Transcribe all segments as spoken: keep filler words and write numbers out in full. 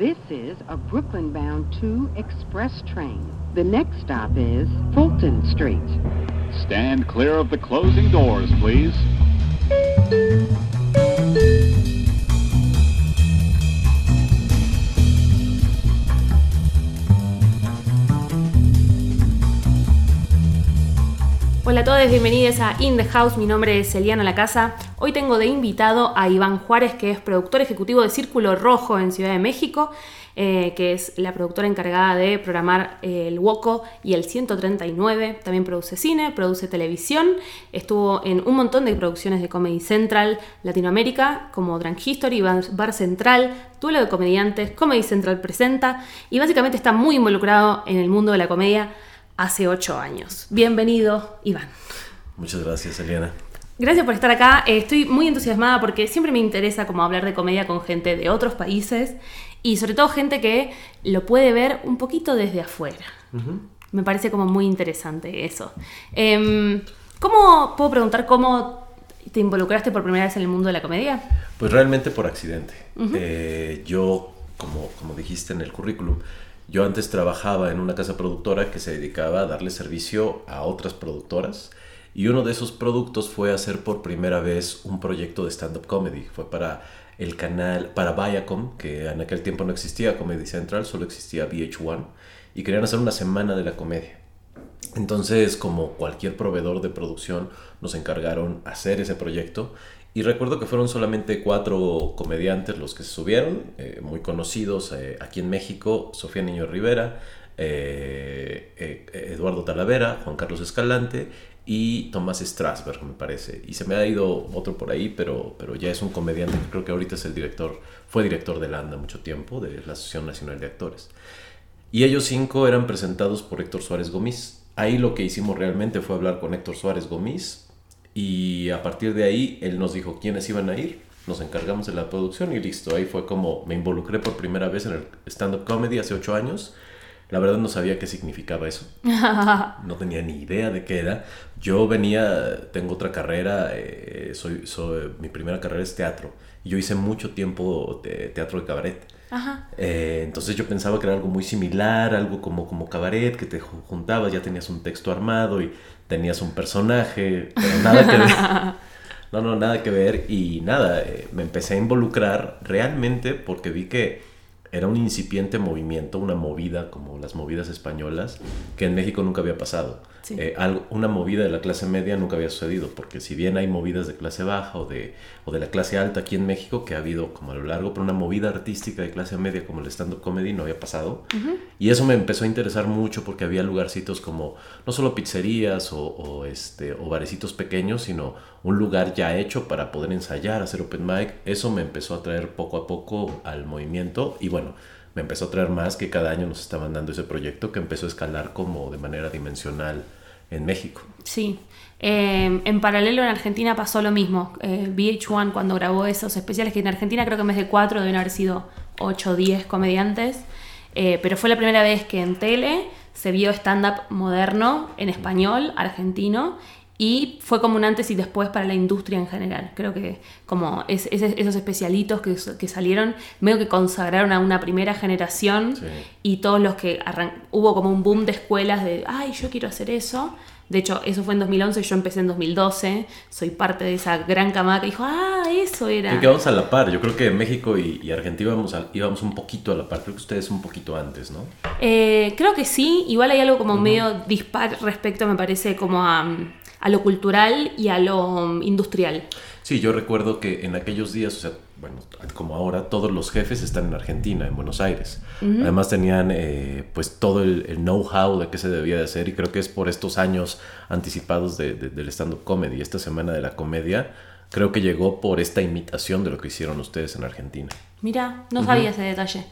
This is a Brooklyn-bound two express train. The next stop is Fulton Street. Stand clear of the closing doors, please. Hola a todos, bienvenidos a In The House, mi nombre es Eliana La Casa. Hoy tengo de invitado a Iván Juárez, que es productor ejecutivo de Círculo Rojo en Ciudad de México, eh, que es la productora encargada de programar eh, el Woco y el ciento treinta y nueve. También produce cine, produce televisión, estuvo en un montón de producciones de Comedy Central Latinoamérica, como Drunk History, Bar, Bar Central, Duelo de Comediantes, Comedy Central Presenta, y básicamente está muy involucrado en el mundo de la comedia hace ocho años. Bienvenido, Iván. Muchas gracias, Eliana. Gracias por estar acá. Eh, estoy muy entusiasmada porque siempre me interesa como hablar de comedia con gente de otros países y sobre todo gente que lo puede ver un poquito desde afuera. Uh-huh. Me parece como muy interesante eso. Eh, ¿Cómo puedo preguntar cómo te involucraste por primera vez en el mundo de la comedia? Pues realmente por accidente. Uh-huh. Eh, yo, como, como dijiste en el currículum, yo antes trabajaba en una casa productora que se dedicaba a darle servicio a otras productoras y uno de esos productos fue hacer por primera vez un proyecto de stand-up comedy. Fue para el canal, para Viacom, que en aquel tiempo no existía Comedy Central, solo existía V H uno, y querían hacer una semana de la comedia. Entonces, como cualquier proveedor de producción, nos encargaron hacer ese proyecto. Y recuerdo que fueron solamente cuatro comediantes los que se subieron, eh, muy conocidos eh, aquí en México: Sofía Niño Rivera, eh, eh, Eduardo Talavera, Juan Carlos Escalante y Tomás Strasberg, me parece. Y se me ha ido otro por ahí, pero, pero ya es un comediante que creo que ahorita es el director, fue director de la ANDA mucho tiempo, de la Asociación Nacional de Actores. Y ellos cinco eran presentados por Héctor Suárez Gómez. Ahí lo que hicimos realmente fue hablar con Héctor Suárez Gómez. Y a partir de ahí, él nos dijo quiénes iban a ir, nos encargamos de la producción y listo. Ahí fue como me involucré por primera vez en el stand-up comedy hace ocho años. La verdad no sabía qué significaba eso. No tenía ni idea de qué era. Yo venía, tengo otra carrera, eh, soy, soy, mi primera carrera es teatro. Y yo hice mucho tiempo de teatro de cabaret. Ajá. Eh, entonces yo pensaba que era algo muy similar, algo como, como cabaret, que te juntabas, ya tenías un texto armado y tenías un personaje, pero nada que ver. No, no, nada que ver. Y nada, eh, me empecé a involucrar realmente porque vi que era un incipiente movimiento, una movida como las movidas españolas, que en México nunca había pasado. Sí. Eh, algo, una movida de la clase media nunca había sucedido, porque si bien hay movidas de clase baja o de, o de la clase alta aquí en México, que ha habido como a lo largo, pero una movida artística de clase media como el stand-up comedy no había pasado. Uh-huh. Y eso me empezó a interesar mucho porque había lugarcitos como, no solo pizzerías o, o, este, o barecitos pequeños, sino un lugar ya hecho para poder ensayar, hacer open mic. Eso me empezó a traer poco a poco al movimiento y bueno, me empezó a traer más que cada año nos estaban dando ese proyecto que empezó a escalar como de manera dimensional en México. Sí, eh, en paralelo en Argentina pasó lo mismo. eh, V H uno cuando grabó esos especiales, que en Argentina creo que en vez de cuatro deben haber sido ocho o diez comediantes, eh, pero fue la primera vez que en tele se vio stand-up moderno en español, argentino, y fue como un antes y después para la industria en general. Creo que como es, es, esos especialitos que, que salieron, medio que consagraron a una primera generación. Sí. Y todos los que arran- hubo como un boom de escuelas de, ay, yo quiero hacer eso. De hecho, eso fue en dos mil once, yo empecé en dos mil doce, soy parte de esa gran camada que dijo, ah, eso era. Creo que vamos a la par, yo creo que México y, y Argentina íbamos, a, íbamos un poquito a la par, creo que ustedes un poquito antes, ¿no? Eh, creo que sí, igual hay algo como uh-huh. medio dispar respecto, me parece, como a, a lo cultural y a lo industrial. Sí, yo recuerdo que en aquellos días, o sea, bueno, como ahora, todos los jefes están en Argentina, en Buenos Aires. Uh-huh. Además tenían eh, pues todo el, el know-how de qué se debía de hacer y creo que es por estos años anticipados de, de, del stand-up comedy. Esta semana de la comedia creo que llegó por esta imitación de lo que hicieron ustedes en Argentina. Mira, no sabía uh-huh. ese detalle.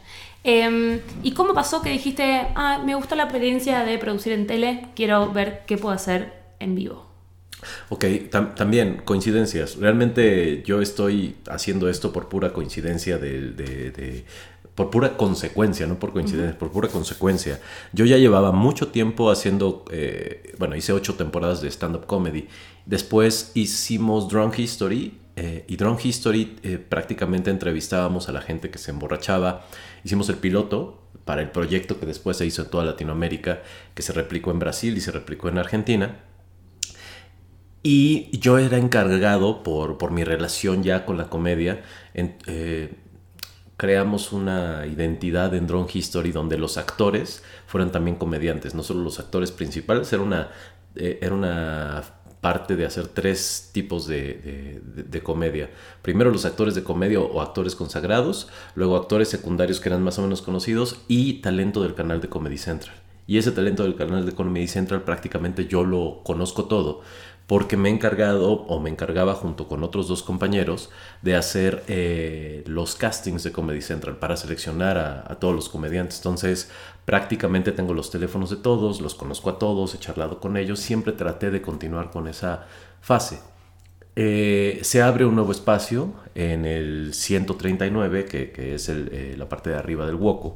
Eh, ¿Y cómo pasó que dijiste, ah, me gustó la experiencia de producir en tele, quiero ver qué puedo hacer en vivo? Ok, tam- también coincidencias. Realmente yo estoy haciendo esto por pura coincidencia de, de, de por pura consecuencia, no por coincidencia, uh-huh. por pura consecuencia. Yo ya llevaba mucho tiempo haciendo, eh, bueno, hice ocho temporadas de stand-up comedy. Después hicimos Drunk History eh, y Drunk History eh, prácticamente entrevistábamos a la gente que se emborrachaba. Hicimos el piloto para el proyecto que después se hizo en toda Latinoamérica, que se replicó en Brasil y se replicó en Argentina. Y yo era encargado, por, por mi relación ya con la comedia, en, eh, creamos una identidad en Drunk History donde los actores fueran también comediantes, no solo los actores principales. Era una, eh, era una parte de hacer tres tipos de, de, de, de comedia. Primero los actores de comedia o actores consagrados, luego actores secundarios que eran más o menos conocidos y talento del canal de Comedy Central. Y ese talento del canal de Comedy Central prácticamente yo lo conozco todo, porque me he encargado o me encargaba junto con otros dos compañeros de hacer eh, los castings de Comedy Central para seleccionar a, a todos los comediantes. Entonces prácticamente tengo los teléfonos de todos, los conozco a todos, he charlado con ellos, siempre traté de continuar con esa fase. Eh, se abre un nuevo espacio en el ciento treinta y nueve, que, que es el, eh, la parte de arriba del Woco,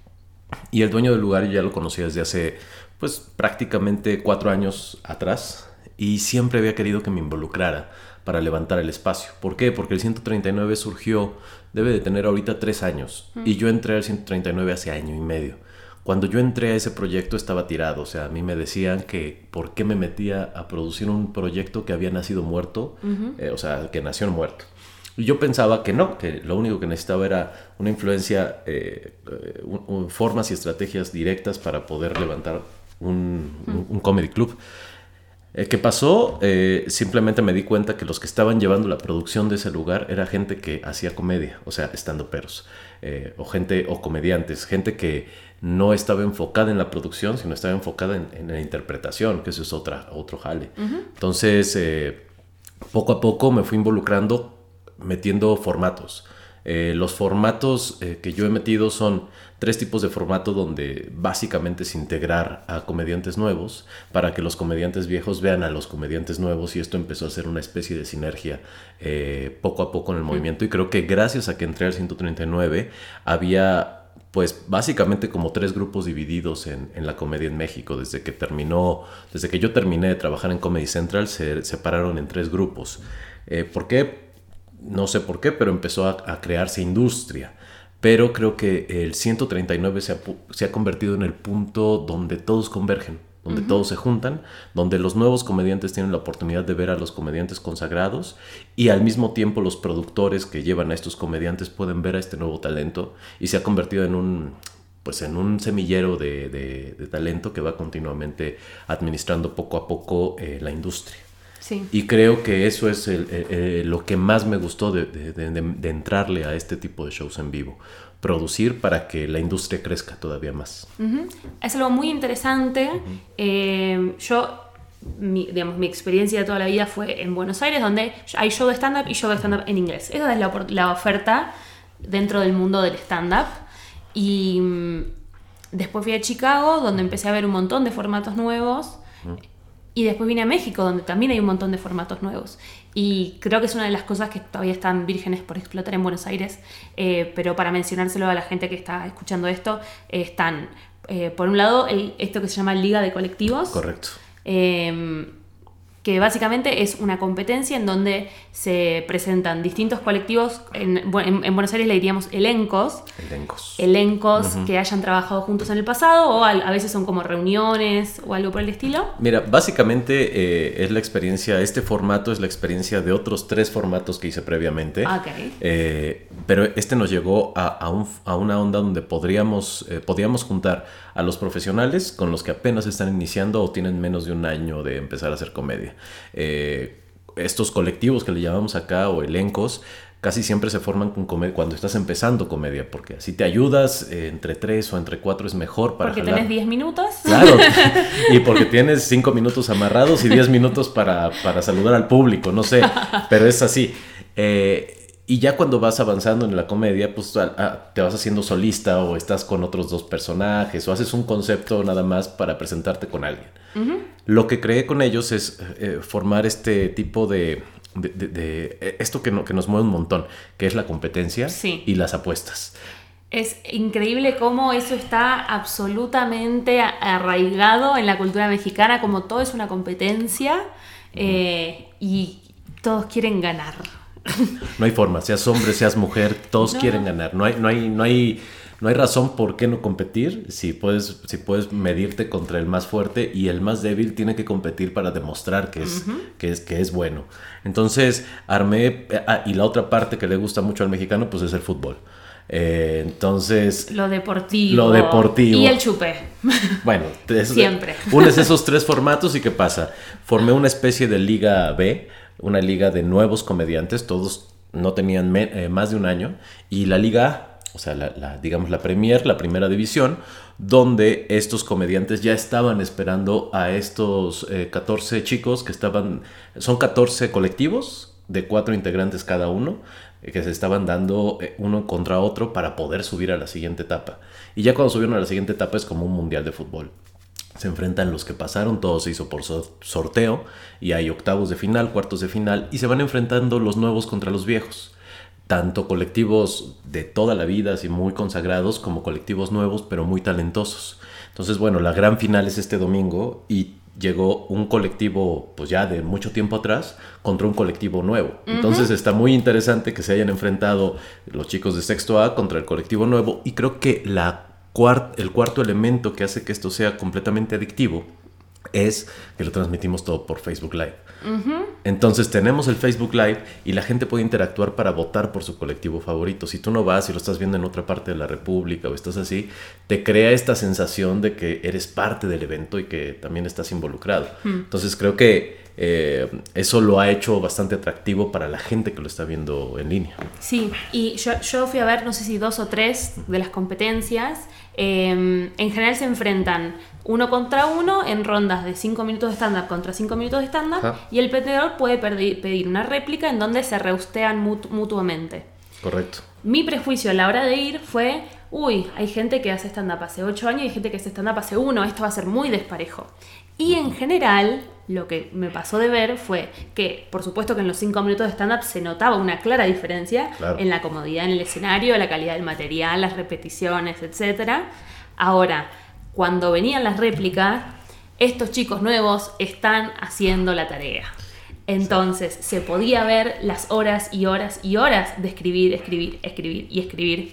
y el dueño del lugar yo ya lo conocía desde hace pues prácticamente cuatro años atrás. Y siempre había querido que me involucrara para levantar el espacio. ¿Por qué? Porque el ciento treinta y nueve surgió, debe de tener ahorita tres años. Mm. Y yo entré al ciento treinta y nueve hace año y medio. Cuando yo entré a ese proyecto estaba tirado. O sea, a mí me decían que por qué me metía a producir un proyecto que había nacido muerto. Uh-huh. eh, o sea, que nació muerto. Y yo pensaba que no, que lo único que necesitaba era una influencia, eh, eh, un, un, formas y estrategias directas para poder levantar un, uh-huh. un, un comedy club. Eh, ¿Qué pasó? Eh, simplemente me di cuenta que los que estaban llevando la producción de ese lugar era gente que hacía comedia, o sea, estandoperos, eh, o gente, o comediantes, gente que no estaba enfocada en la producción, sino estaba enfocada en, en la interpretación, que eso es otra, otro jale. Uh-huh. Entonces, eh, poco a poco me fui involucrando, metiendo formatos. Eh, los formatos eh, que yo he metido son tres tipos de formato donde básicamente es integrar a comediantes nuevos para que los comediantes viejos vean a los comediantes nuevos, y esto empezó a ser una especie de sinergia eh, poco a poco en el movimiento. Y creo que gracias a que entré al ciento treinta y nueve había pues básicamente como tres grupos divididos en, en la comedia en México. Desde que terminó, desde que yo terminé de trabajar en Comedy Central se separaron en tres grupos. Eh, ¿Por qué? No sé por qué, pero empezó a, a crearse industria. Pero creo que el ciento treinta y nueve se ha, se ha convertido en el punto donde todos convergen, donde uh-huh. todos se juntan, donde los nuevos comediantes tienen la oportunidad de ver a los comediantes consagrados, y al mismo tiempo los productores que llevan a estos comediantes pueden ver a este nuevo talento, y se ha convertido en un, pues en un semillero de, de, de talento que va continuamente administrando poco a poco eh, la industria. Sí. Y creo que eso es el, eh, lo que más me gustó de, de, de, de entrarle a este tipo de shows en vivo. Producir para que la industria crezca todavía más. Uh-huh. Es algo muy interesante. Uh-huh. Eh, yo, mi, digamos, mi experiencia de toda la vida fue en Buenos Aires, donde hay show de stand-up y show de stand-up en inglés. Esa es la, la oferta dentro del mundo del stand-up. Y um, después fui a Chicago, donde empecé a ver un montón de formatos nuevos. Uh-huh. Y después vine a México, donde también hay un montón de formatos nuevos. Y creo que es una de las cosas que todavía están vírgenes por explotar en Buenos Aires. Eh, pero para mencionárselo a la gente que está escuchando esto, eh, están, eh, por un lado, el, esto que se llama Liga de Colectivos. Correcto. Eh, que básicamente es una competencia en donde se presentan distintos colectivos, en, en, en Buenos Aires le diríamos elencos, elencos, elencos uh-huh. que hayan trabajado juntos en el pasado, o a, a veces son como reuniones o algo por el estilo. Mira, básicamente eh, es la experiencia, este formato es la experiencia de otros tres formatos que hice previamente, okay. eh, pero este nos llegó a, a, un, a una onda donde podríamos, eh, podíamos juntar a los profesionales con los que apenas están iniciando o tienen menos de un año de empezar a hacer comedia. Eh, estos colectivos que le llamamos acá, o elencos, casi siempre se forman con comedia cuando estás empezando comedia, porque así te ayudas, eh, entre tres o entre cuatro es mejor para porque jalar. Tenés diez minutos. Claro, y porque tienes cinco minutos amarrados y diez minutos para, para saludar al público, no sé, pero es así. Eh, Y ya cuando vas avanzando en la comedia, pues a, a, te vas haciendo solista, o estás con otros dos personajes, o haces un concepto nada más para presentarte con alguien. Uh-huh. Lo que creé con ellos es eh, formar este tipo de... de, de, de esto que, no, que nos mueve un montón, que es la competencia sí. y las apuestas. Es increíble cómo eso está absolutamente arraigado en la cultura mexicana, como todo es una competencia uh-huh. eh, y todos quieren ganar. No hay forma, seas hombre, seas mujer, todos No. quieren ganar. No hay, no hay, no hay, no hay razón por qué no competir si puedes, si puedes medirte contra el más fuerte, y el más débil tiene que competir para demostrar que es, uh-huh. que es, que es bueno. Entonces armé, ah, y la otra parte que le gusta mucho al mexicano pues es el fútbol. Eh, entonces lo deportivo lo deportivo y el chupé. Bueno, es, siempre unes esos tres formatos y ¿qué pasa? Formé una especie de liga B, una liga de nuevos comediantes, todos no tenían me, eh, más de un año, y la liga A, o sea, la, la, digamos la Premier, la primera división, donde estos comediantes ya estaban esperando a estos eh, catorce chicos que estaban, son catorce colectivos de cuatro integrantes cada uno, que se estaban dando uno contra otro para poder subir a la siguiente etapa. Y ya cuando subieron a la siguiente etapa es como un mundial de fútbol. Se enfrentan los que pasaron, todo se hizo por sorteo, y hay octavos de final, cuartos de final, y se van enfrentando los nuevos contra los viejos. Tanto colectivos de toda la vida, así muy consagrados, como colectivos nuevos, pero muy talentosos. Entonces, bueno, la gran final es este domingo, y llegó un colectivo, pues ya de mucho tiempo atrás, contra un colectivo nuevo. Uh-huh. Entonces está muy interesante que se hayan enfrentado los chicos de sexto A contra el colectivo nuevo, y creo que la cuart- el cuarto elemento que hace que esto sea completamente adictivo es que lo transmitimos todo por Facebook Live. Uh-huh. Entonces tenemos el Facebook Live y la gente puede interactuar para votar por su colectivo favorito. Si tú no vas y lo estás viendo en otra parte de la República o estás así, te crea esta sensación de que eres parte del evento y que también estás involucrado. Uh-huh. Entonces creo que eh, eso lo ha hecho bastante atractivo para la gente que lo está viendo en línea. Sí, y yo, yo fui a ver, no sé si dos o tres de las competencias. Eh, en general se enfrentan uno contra uno en rondas de cinco minutos de stand-up contra cinco minutos de stand-up, ah. y el perdedor puede pedir, pedir una réplica en donde se reustean mutu- mutuamente. Correcto. Mi prejuicio a la hora de ir fue, uy, hay gente que hace stand-up hace ocho años y hay gente que hace stand-up hace uno, esto va a ser muy desparejo. Y en general, lo que me pasó de ver fue que, por supuesto que en los cinco minutos de stand-up se notaba una clara diferencia, claro, en la comodidad en el escenario, la calidad del material, las repeticiones, etcétera. Ahora, cuando venían las réplicas, estos chicos nuevos están haciendo la tarea. Entonces, sí, se podía ver las horas y horas y horas de escribir, escribir, escribir y escribir.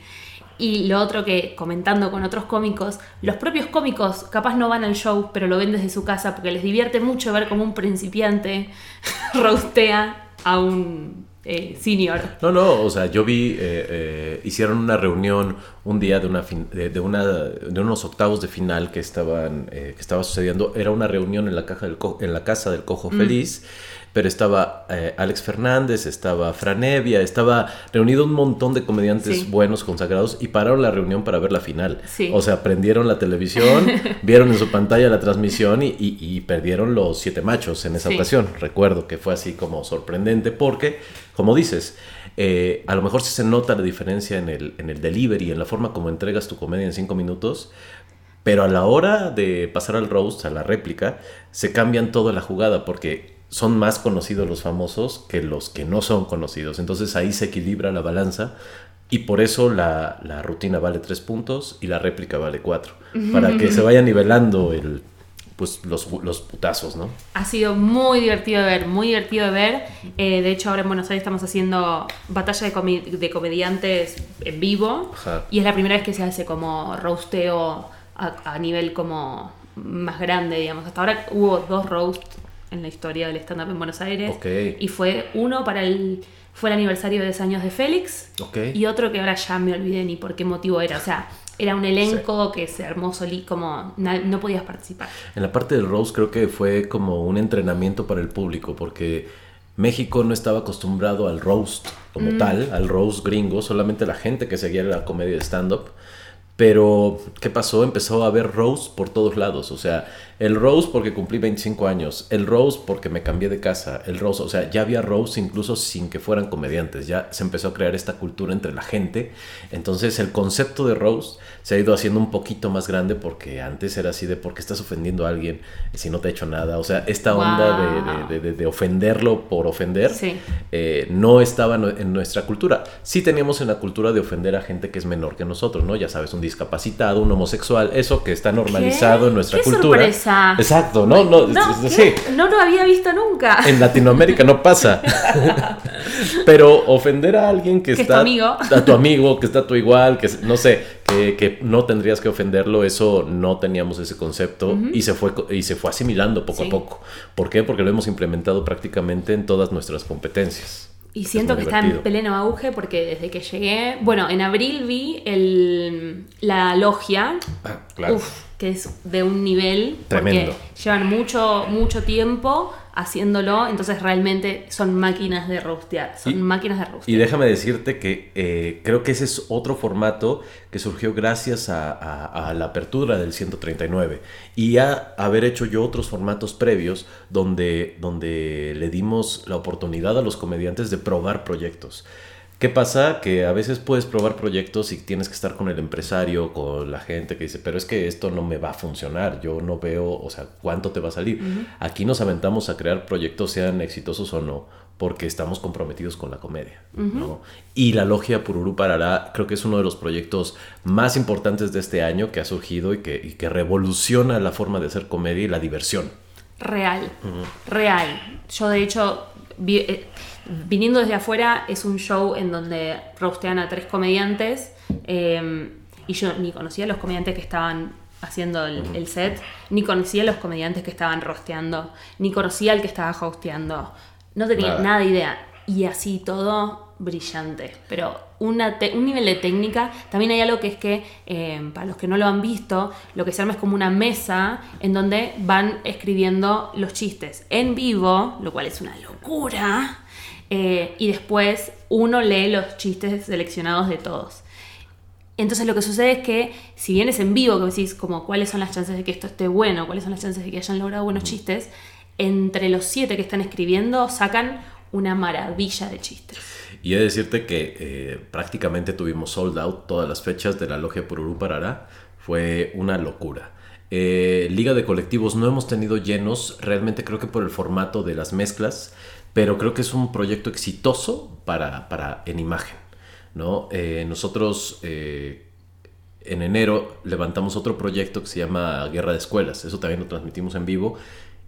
Y lo otro que, comentando con otros cómicos, los propios cómicos capaz no van al show, pero lo ven desde su casa porque les divierte mucho ver cómo un principiante roastea a un eh, senior. No, no, o sea, yo vi, eh, eh, hicieron una reunión un día de, una fin, de, de, una, de unos octavos de final que estaban eh, que estaba sucediendo. Era una reunión en la, caja del co- en la casa del Cojo mm. Feliz. Pero estaba eh, Alex Fernández, estaba Fran Evia, estaba reunido un montón de comediantes sí. buenos, consagrados, y pararon la reunión para ver la final. Sí. O sea, prendieron la televisión, vieron en su pantalla la transmisión y, y, y perdieron los siete machos en esa sí. ocasión. Recuerdo que fue así como sorprendente porque, como dices, eh, a lo mejor sí se nota la diferencia en el, en el delivery, en la forma como entregas tu comedia en cinco minutos, pero a la hora de pasar al roast, a la réplica, se cambian toda la jugada porque son más conocidos los famosos que los que no son conocidos. Entonces ahí se equilibra la balanza y por eso la, la rutina vale tres puntos y la réplica vale cuatro. Para que se vaya nivelando el, pues, los, los putazos, ¿no? Ha sido muy divertido de ver, muy divertido de ver. Eh, de hecho, ahora en Buenos Aires estamos haciendo batalla de, comi- de comediantes en vivo. Ajá. Y es la primera vez que se hace como roasteo a, a nivel como más grande, digamos. Hasta ahora hubo dos roasts en la historia del stand-up en Buenos Aires. Okay. Y fue uno para el... Fue el aniversario de diez años de Félix. Okay. Y otro que ahora ya me olvidé ni por qué motivo era. O sea, era un elenco sí. que se armó solí, como na, no podías participar. En la parte del roast creo que fue como un entrenamiento para el público, porque México no estaba acostumbrado al roast como mm. tal, al roast gringo, solamente la gente que seguía la comedia de stand-up. Pero, ¿qué pasó? Empezó a haber roast por todos lados. O sea, el roast porque cumplí veinticinco años, el roast porque me cambié de casa, el roast, o sea, ya había roast incluso sin que fueran comediantes. Ya se empezó a crear esta cultura entre la gente. Entonces, el concepto de roast se ha ido haciendo un poquito más grande porque antes era así de ¿por qué estás ofendiendo a alguien si no te ha hecho nada? O sea, esta wow. onda de, de, de, de ofenderlo por ofender sí. eh, no estaba en nuestra cultura. Sí teníamos en la cultura de ofender a gente que es menor que nosotros, ¿no? Ya sabes, un discapacitado, un homosexual, eso que está normalizado ¿Qué? en nuestra ¿Qué cultura. Sorpresa. Exacto, no, no, no, sí. no lo había visto nunca. En Latinoamérica no pasa. Pero ofender a alguien que, Que está... es tu amigo. A tu amigo, que está a tu igual, que no sé, que, que no tendrías que ofenderlo, eso no teníamos ese concepto uh-huh. y, se fue, y se fue asimilando poco sí. a poco. ¿Por qué? Porque lo hemos implementado prácticamente en todas nuestras competencias. Y siento que divertido. Está en pleno auge porque desde que llegué... Bueno, en abril vi el, la logia, ah, claro. uf, que es de un nivel... Tremendo. Porque llevan mucho, mucho tiempo haciéndolo, entonces realmente son máquinas de roastear, son y, máquinas de roastear. Y déjame decirte que eh, creo que ese es otro formato que surgió gracias a, a, a la apertura del ciento treinta y nueve y a haber hecho yo otros formatos previos donde, donde le dimos la oportunidad a los comediantes de probar proyectos. ¿Qué pasa? Que a veces puedes probar proyectos y tienes que estar con el empresario, con la gente que dice, pero es que esto no me va a funcionar, yo no veo, o sea, ¿cuánto te va a salir? Uh-huh. Aquí nos aventamos a crear proyectos, sean exitosos o no, porque estamos comprometidos con la comedia, uh-huh. ¿no? Y la Logia Pururú Parará creo que es uno de los proyectos más importantes de este año que ha surgido y que, y que revoluciona la forma de hacer comedia y la diversión. Real, uh-huh. real. Yo de hecho... Vi, eh, viniendo desde afuera es un show en donde roastean a tres comediantes eh, y yo ni conocía a los comediantes que estaban haciendo el, el set, ni conocía a los comediantes que estaban roasteando, ni conocía al que estaba hosteando, no tenía nada, nada de idea y así todo brillante, pero una te- un nivel de técnica. También hay algo que es que eh, para los que no lo han visto, lo que se arma es como una mesa en donde van escribiendo los chistes en vivo, lo cual es una locura. Eh, y después uno lee los chistes seleccionados de todos. Entonces lo que sucede es que si bien es en vivo, que decís como cuáles son las chances de que esto esté bueno, cuáles son las chances de que hayan logrado buenos chistes, entre los siete que están escribiendo sacan una maravilla de chistes. Y he de decirte que eh, prácticamente tuvimos sold out todas las fechas de la Logia Pururú Parará. Fue una locura. Eh, Liga de Colectivos no hemos tenido llenos, realmente creo que por el formato de las mezclas, pero creo que es un proyecto exitoso para, para en imagen, ¿no? Eh, nosotros eh, en enero levantamos otro proyecto que se llama Guerra de Escuelas, eso también lo transmitimos en vivo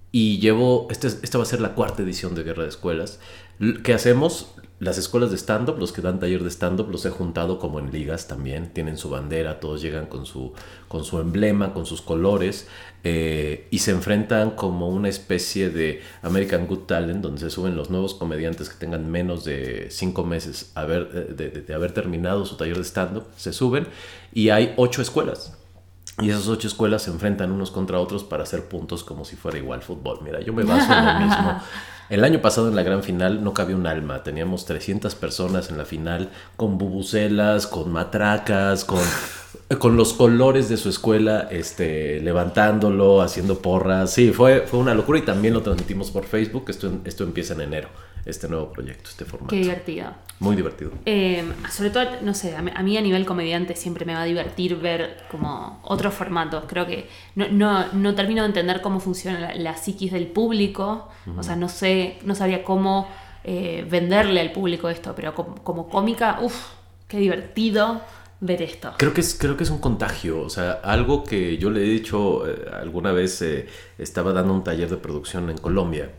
y llevo, este, esta va a ser la cuarta edición de Guerra de Escuelas. ¿Qué hacemos? Las escuelas de stand-up, los que dan taller de stand-up, los he juntado como en ligas también, tienen su bandera, todos llegan con su, con su emblema, con sus colores, eh, y se enfrentan como una especie de American Got Talent, donde se suben los nuevos comediantes que tengan menos de cinco meses haber, de, de, de haber terminado su taller de stand-up, se suben, y hay ocho escuelas. Y esas ocho escuelas se enfrentan unos contra otros para hacer puntos como si fuera igual fútbol. Mira, yo me baso en lo mismo. El año pasado en la gran final no cabía un alma. Teníamos trescientas personas en la final con bubucelas, con matracas, con, con los colores de su escuela, este, levantándolo, haciendo porras. Sí, fue, fue una locura y también lo transmitimos por Facebook. Esto, esto empieza en enero, este nuevo proyecto, este formato. Qué divertido. Muy divertido. Eh, sobre todo, no sé, a mí, a mí a nivel comediante siempre me va a divertir ver como otros formatos. Creo que no, no, no termino de entender cómo funciona la, la psiquis del público. Uh-huh. O sea, no sé, no sabría cómo eh, venderle al público esto, pero como, como cómica, uff, qué divertido ver esto. Creo que es, creo que es un contagio, o sea, algo que yo le he dicho eh, alguna vez, eh, estaba dando un taller de producción en Colombia.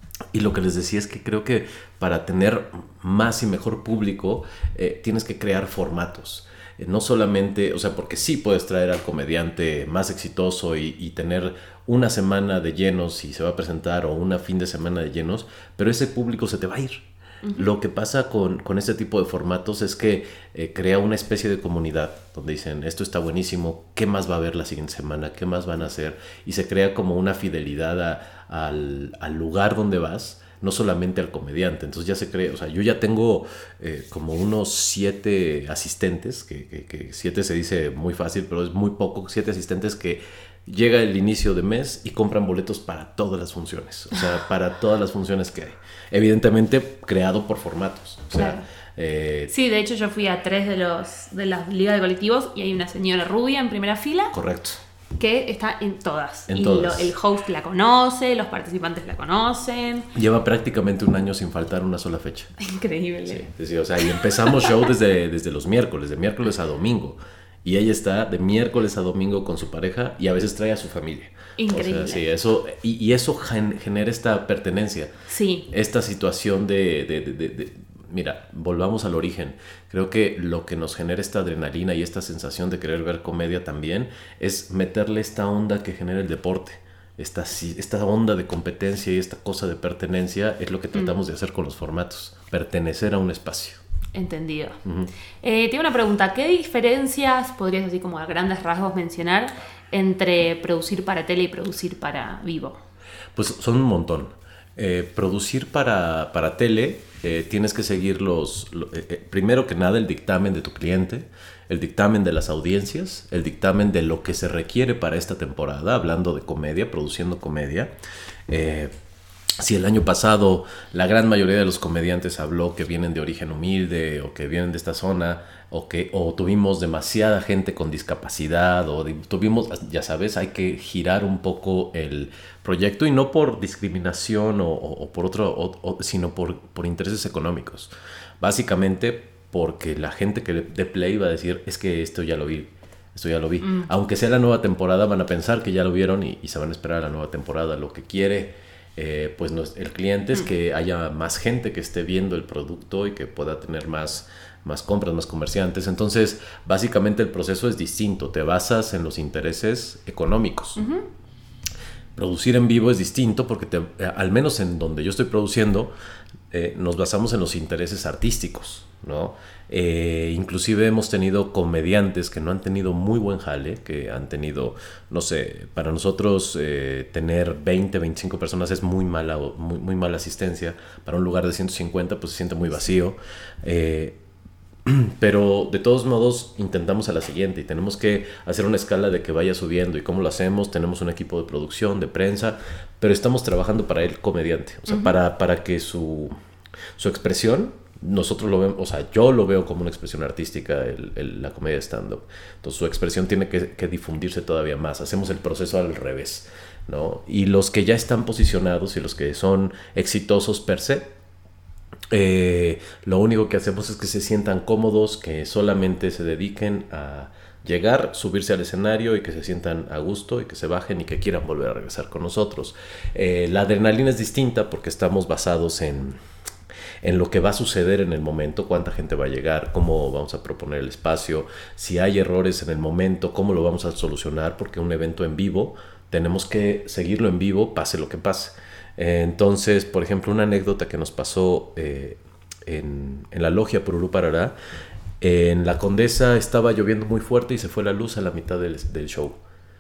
Y lo que les decía es que creo que para tener más y mejor público eh, tienes que crear formatos. Eh, no solamente, o sea, porque sí puedes traer al comediante más exitoso y, y tener una semana de llenos y se va a presentar o una fin de semana de llenos, pero ese público se te va a ir. Uh-huh. Lo que pasa con, con este tipo de formatos es que eh, crea una especie de comunidad donde dicen, esto está buenísimo, ¿qué más va a haber la siguiente semana? ¿Qué más van a hacer? Y se crea como una fidelidad a, al, al lugar donde vas, no solamente al comediante. Entonces ya se crea, o sea, yo ya tengo eh, como unos siete asistentes, que, que, que siete se dice muy fácil, pero es muy poco, siete asistentes que llega el inicio de mes y compran boletos para todas las funciones, o sea, para todas las funciones que hay. Evidentemente creado por formatos. O sea, claro. eh, sí, de hecho yo fui a tres de los de las ligas de colectivos y hay una señora rubia en primera fila. Correcto. Que está en todas. En y todas. Lo, el host la conoce, los participantes la conocen. Lleva prácticamente un año sin faltar una sola fecha. Increíble. Sí, sí, o sea, y empezamos show desde, desde los miércoles, de miércoles a domingo. Y ella está de miércoles a domingo con su pareja y a veces trae a su familia. Increíble. O sea, sí, eso, y, y eso gen, genera esta pertenencia. Sí. Esta situación de, de, de, de, mira, volvamos al origen. Creo que lo que nos genera esta adrenalina y esta sensación de querer ver comedia también es meterle esta onda que genera el deporte. Esta, esta onda de competencia y esta cosa de pertenencia es lo que tratamos mm. de hacer con los formatos. Pertenecer a un espacio. Entendido. Uh-huh. Eh, tengo una pregunta. ¿Qué diferencias podrías, así como a grandes rasgos, mencionar entre producir para tele y producir para vivo? Pues son un montón. Eh, producir para, para tele, eh, tienes que seguir los, lo, eh, primero que nada el dictamen de tu cliente, el dictamen de las audiencias, el dictamen de lo que se requiere para esta temporada, hablando de comedia, produciendo comedia. Eh, si el año pasado la gran mayoría de los comediantes habló que vienen de origen humilde o que vienen de esta zona, o que o tuvimos demasiada gente con discapacidad, o de, tuvimos, ya sabes, hay que girar un poco el proyecto, y no por discriminación o, o, o por otro, o, o, sino por, por intereses económicos. Básicamente porque la gente que de Play va a decir, es que esto ya lo vi, esto ya lo vi. Mm. Aunque sea la nueva temporada, van a pensar que ya lo vieron y, y se van a esperar a la nueva temporada. Lo que quiere eh, pues no, el cliente es mm. que haya más gente que esté viendo el producto y que pueda tener más, más compras, más comerciantes. Entonces, básicamente el proceso es distinto. Te basas en los intereses económicos. Uh-huh. Producir en vivo es distinto porque te, al menos en donde yo estoy produciendo, eh, nos basamos en los intereses artísticos, ¿no? Eh, inclusive hemos tenido comediantes que no han tenido muy buen jale, que han tenido, no sé, para nosotros eh, tener veinte, veinticinco personas es muy mala, muy, muy mala asistencia. Para un lugar de ciento cincuenta pues se siente muy vacío. Eh, Pero de todos modos intentamos a la siguiente y tenemos que hacer una escala de que vaya subiendo. ¿Y cómo lo hacemos? Tenemos un equipo de producción, de prensa, pero estamos trabajando para el comediante, o sea, uh-huh. para, para que su, su expresión, nosotros lo vemos, o sea, yo lo veo como una expresión artística, el, el, la comedia stand-up. Entonces su expresión tiene que, que difundirse todavía más. Hacemos el proceso al revés, ¿no? Y los que ya están posicionados y los que son exitosos per se, Eh, lo único que hacemos es que se sientan cómodos, que solamente se dediquen a llegar, subirse al escenario y que se sientan a gusto y que se bajen y que quieran volver a regresar con nosotros. Eh, la adrenalina es distinta porque estamos basados en, en lo que va a suceder en el momento, cuánta gente va a llegar, cómo vamos a proponer el espacio, si hay errores en el momento, cómo lo vamos a solucionar, porque un evento en vivo tenemos que seguirlo en vivo, pase lo que pase. Entonces, por ejemplo, una anécdota que nos pasó eh, en, en la logia Pururú Parará, en la Condesa estaba lloviendo muy fuerte y se fue la luz a la mitad del, del show.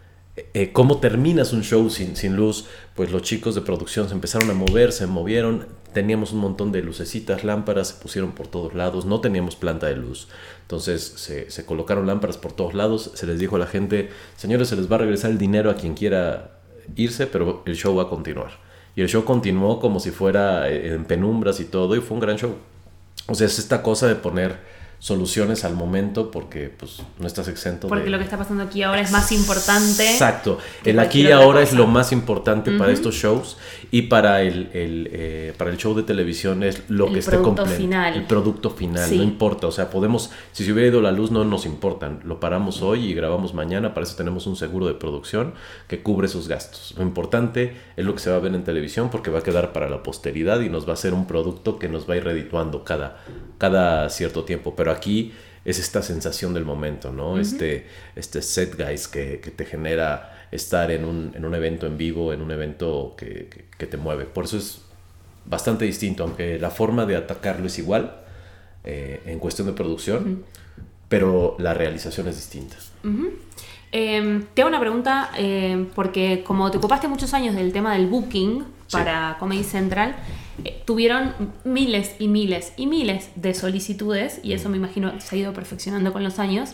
Eh, ¿Cómo terminas un show sin, sin luz? Pues los chicos de producción se empezaron a mover, se movieron, teníamos un montón de lucecitas, lámparas, se pusieron por todos lados, no teníamos planta de luz. Entonces se, se colocaron lámparas por todos lados, se les dijo a la gente, señores, se les va a regresar el dinero a quien quiera irse, pero el show va a continuar. Y el show continuó como si fuera en penumbras y todo, y fue un gran show. O sea, es esta cosa de poner soluciones al momento porque pues no estás exento porque de... lo que está pasando aquí ahora es más importante. Exacto, el aquí y ahora es lo más importante uh-huh. para estos shows, y para el, el, eh, para el show de televisión es lo el que esté completo, final. el producto final, sí. No importa, o sea, podemos, si se hubiera ido la luz no nos importa, lo paramos hoy y grabamos mañana, para eso tenemos un seguro de producción que cubre esos gastos. Lo importante es lo que se va a ver en televisión porque va a quedar para la posteridad y nos va a ser un producto que nos va a ir redituando cada, cada cierto tiempo, pero aquí es esta sensación del momento, ¿no? Uh-huh. Este, este set guys que, que te genera estar en un, en un evento en vivo, en un evento que, que, que te mueve. Por eso es bastante distinto, aunque la forma de atacarlo es igual eh, en cuestión de producción, uh-huh. pero la realización es distinta. Uh-huh. Eh, te hago una pregunta, eh, porque como te ocupaste muchos años del tema del booking para sí. Comedy Central, eh, tuvieron miles y miles y miles de solicitudes, y eso me imagino se ha ido perfeccionando con los años.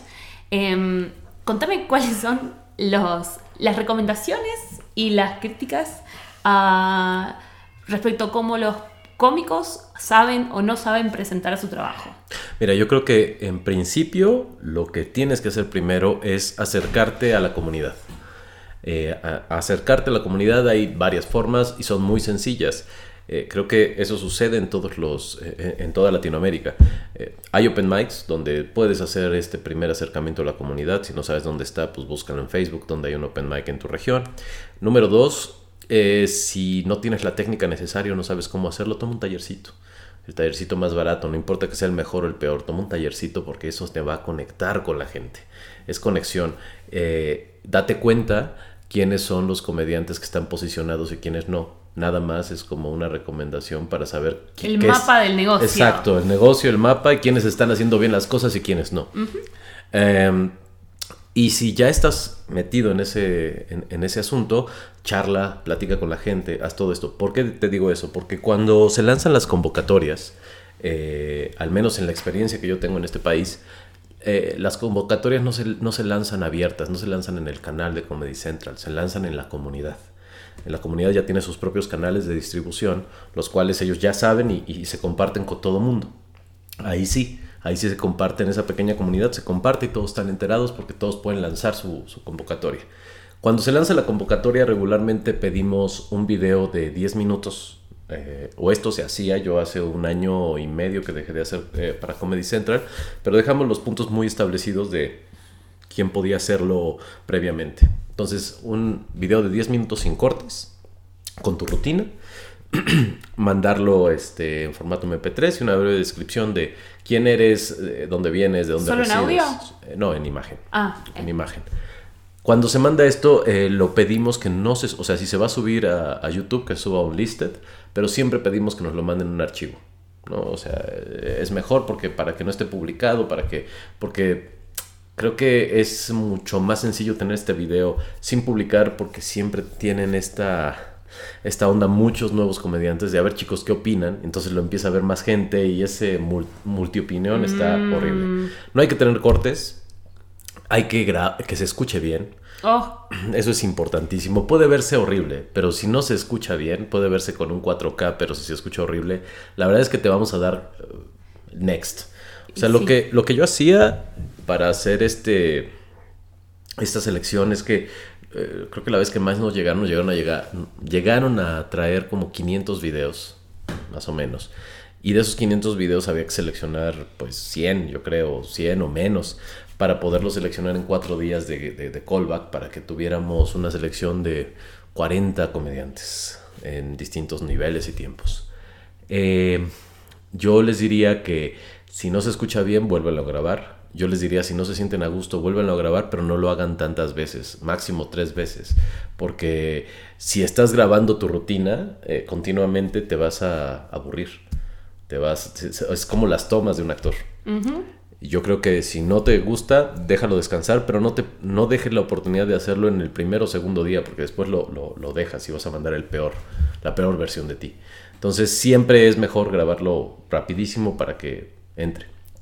Eh, contame cuáles son los, las recomendaciones y las críticas uh, respecto a cómo los cómicos saben o no saben presentar su trabajo. Mira, yo creo que en principio lo que tienes que hacer primero es acercarte a la comunidad. Eh, a, a acercarte a la comunidad hay varias formas y son muy sencillas. Eh, creo que eso sucede en todos los, eh, en toda Latinoamérica. Eh, hay open mics donde puedes hacer este primer acercamiento a la comunidad. Si no sabes dónde está, pues búscalo en Facebook, donde hay un open mic en tu región. Número dos, eh, si no tienes la técnica necesaria o no sabes cómo hacerlo, toma un tallercito. el tallercito más barato, no importa que sea el mejor o el peor, toma un tallercito porque eso te va a conectar con la gente. Es conexión. Eh, date cuenta quiénes son los comediantes que están posicionados y quiénes no. Nada más es como una recomendación para saber qué, el qué mapa es. Del negocio. Exacto, el negocio, el mapa y quiénes están haciendo bien las cosas y quiénes no. Uh-huh. Eh, y si ya estás metido en ese, en, en ese asunto, charla, platica con la gente, haz todo esto. ¿Por qué te digo eso? Porque cuando se lanzan las convocatorias, eh, al menos en la experiencia que yo tengo en este país, eh, las convocatorias no se, no se lanzan abiertas, no se lanzan en el canal de Comedy Central, se lanzan en la comunidad. En la comunidad ya tiene sus propios canales de distribución, los cuales ellos ya saben y, y se comparten con todo mundo. Ahí sí. Ahí sí se comparte en esa pequeña comunidad, se comparte y todos están enterados porque todos pueden lanzar su, su convocatoria. Cuando se lanza la convocatoria regularmente pedimos un video de diez minutos, eh, o esto se hacía, yo hace un año y medio que dejé de hacer eh, para Comedy Central, pero dejamos los puntos muy establecidos de quién podía hacerlo previamente. Entonces un video de diez minutos sin cortes, con tu rutina, mandarlo este, en formato eme pe tres y una breve descripción de quién eres, de dónde vienes, de dónde ¿Solo resides. ¿Solo en audio? Eh, no, en imagen. Ah. En eh. imagen. Cuando se manda esto, eh, lo pedimos que no se... O sea, si se va a subir a, a YouTube, que suba un listed, pero siempre pedimos que nos lo manden en un archivo, ¿no? O sea, es mejor porque para que no esté publicado, para que... Porque creo que es mucho más sencillo tener este video sin publicar porque siempre tienen esta... esta onda muchos nuevos comediantes de a ver chicos qué opinan, entonces lo empieza a ver más gente y ese multiopinión está mm. horrible. No hay que tener cortes, hay que gra- que se escuche bien. Oh. Eso es importantísimo. Puede verse horrible, pero si no se escucha bien, puede verse con un cuatro K, pero si se escucha horrible, la verdad es que te vamos a dar uh, next. O sea, sí. lo que lo que yo hacía para hacer este esta selección es que Eh, creo que la vez que más nos llegaron, nos llegaron a llegar, llegaron a traer como quinientos videos, más o menos. Y de esos quinientos videos había que seleccionar, pues, cien, yo creo, cien o menos, para poderlos seleccionar en cuatro días de, de, de callback, para que tuviéramos una selección de cuarenta comediantes en distintos niveles y tiempos. Eh, yo les diría que si no se escucha bien, vuélvanlo a grabar. Yo les diría, si no se sienten a gusto, vuélvanlo a grabar, pero no lo hagan tantas veces, máximo tres veces, porque si estás grabando tu rutina eh, continuamente te vas a aburrir, te vas, es como las tomas de un actor. Uh-huh. Yo creo que si no te gusta, déjalo descansar, pero no te no dejes la oportunidad de hacerlo en el primer o segundo día, porque después lo, lo, lo dejas y vas a mandar el peor, la peor versión de ti. Entonces siempre es mejor grabarlo rapidísimo para que entre.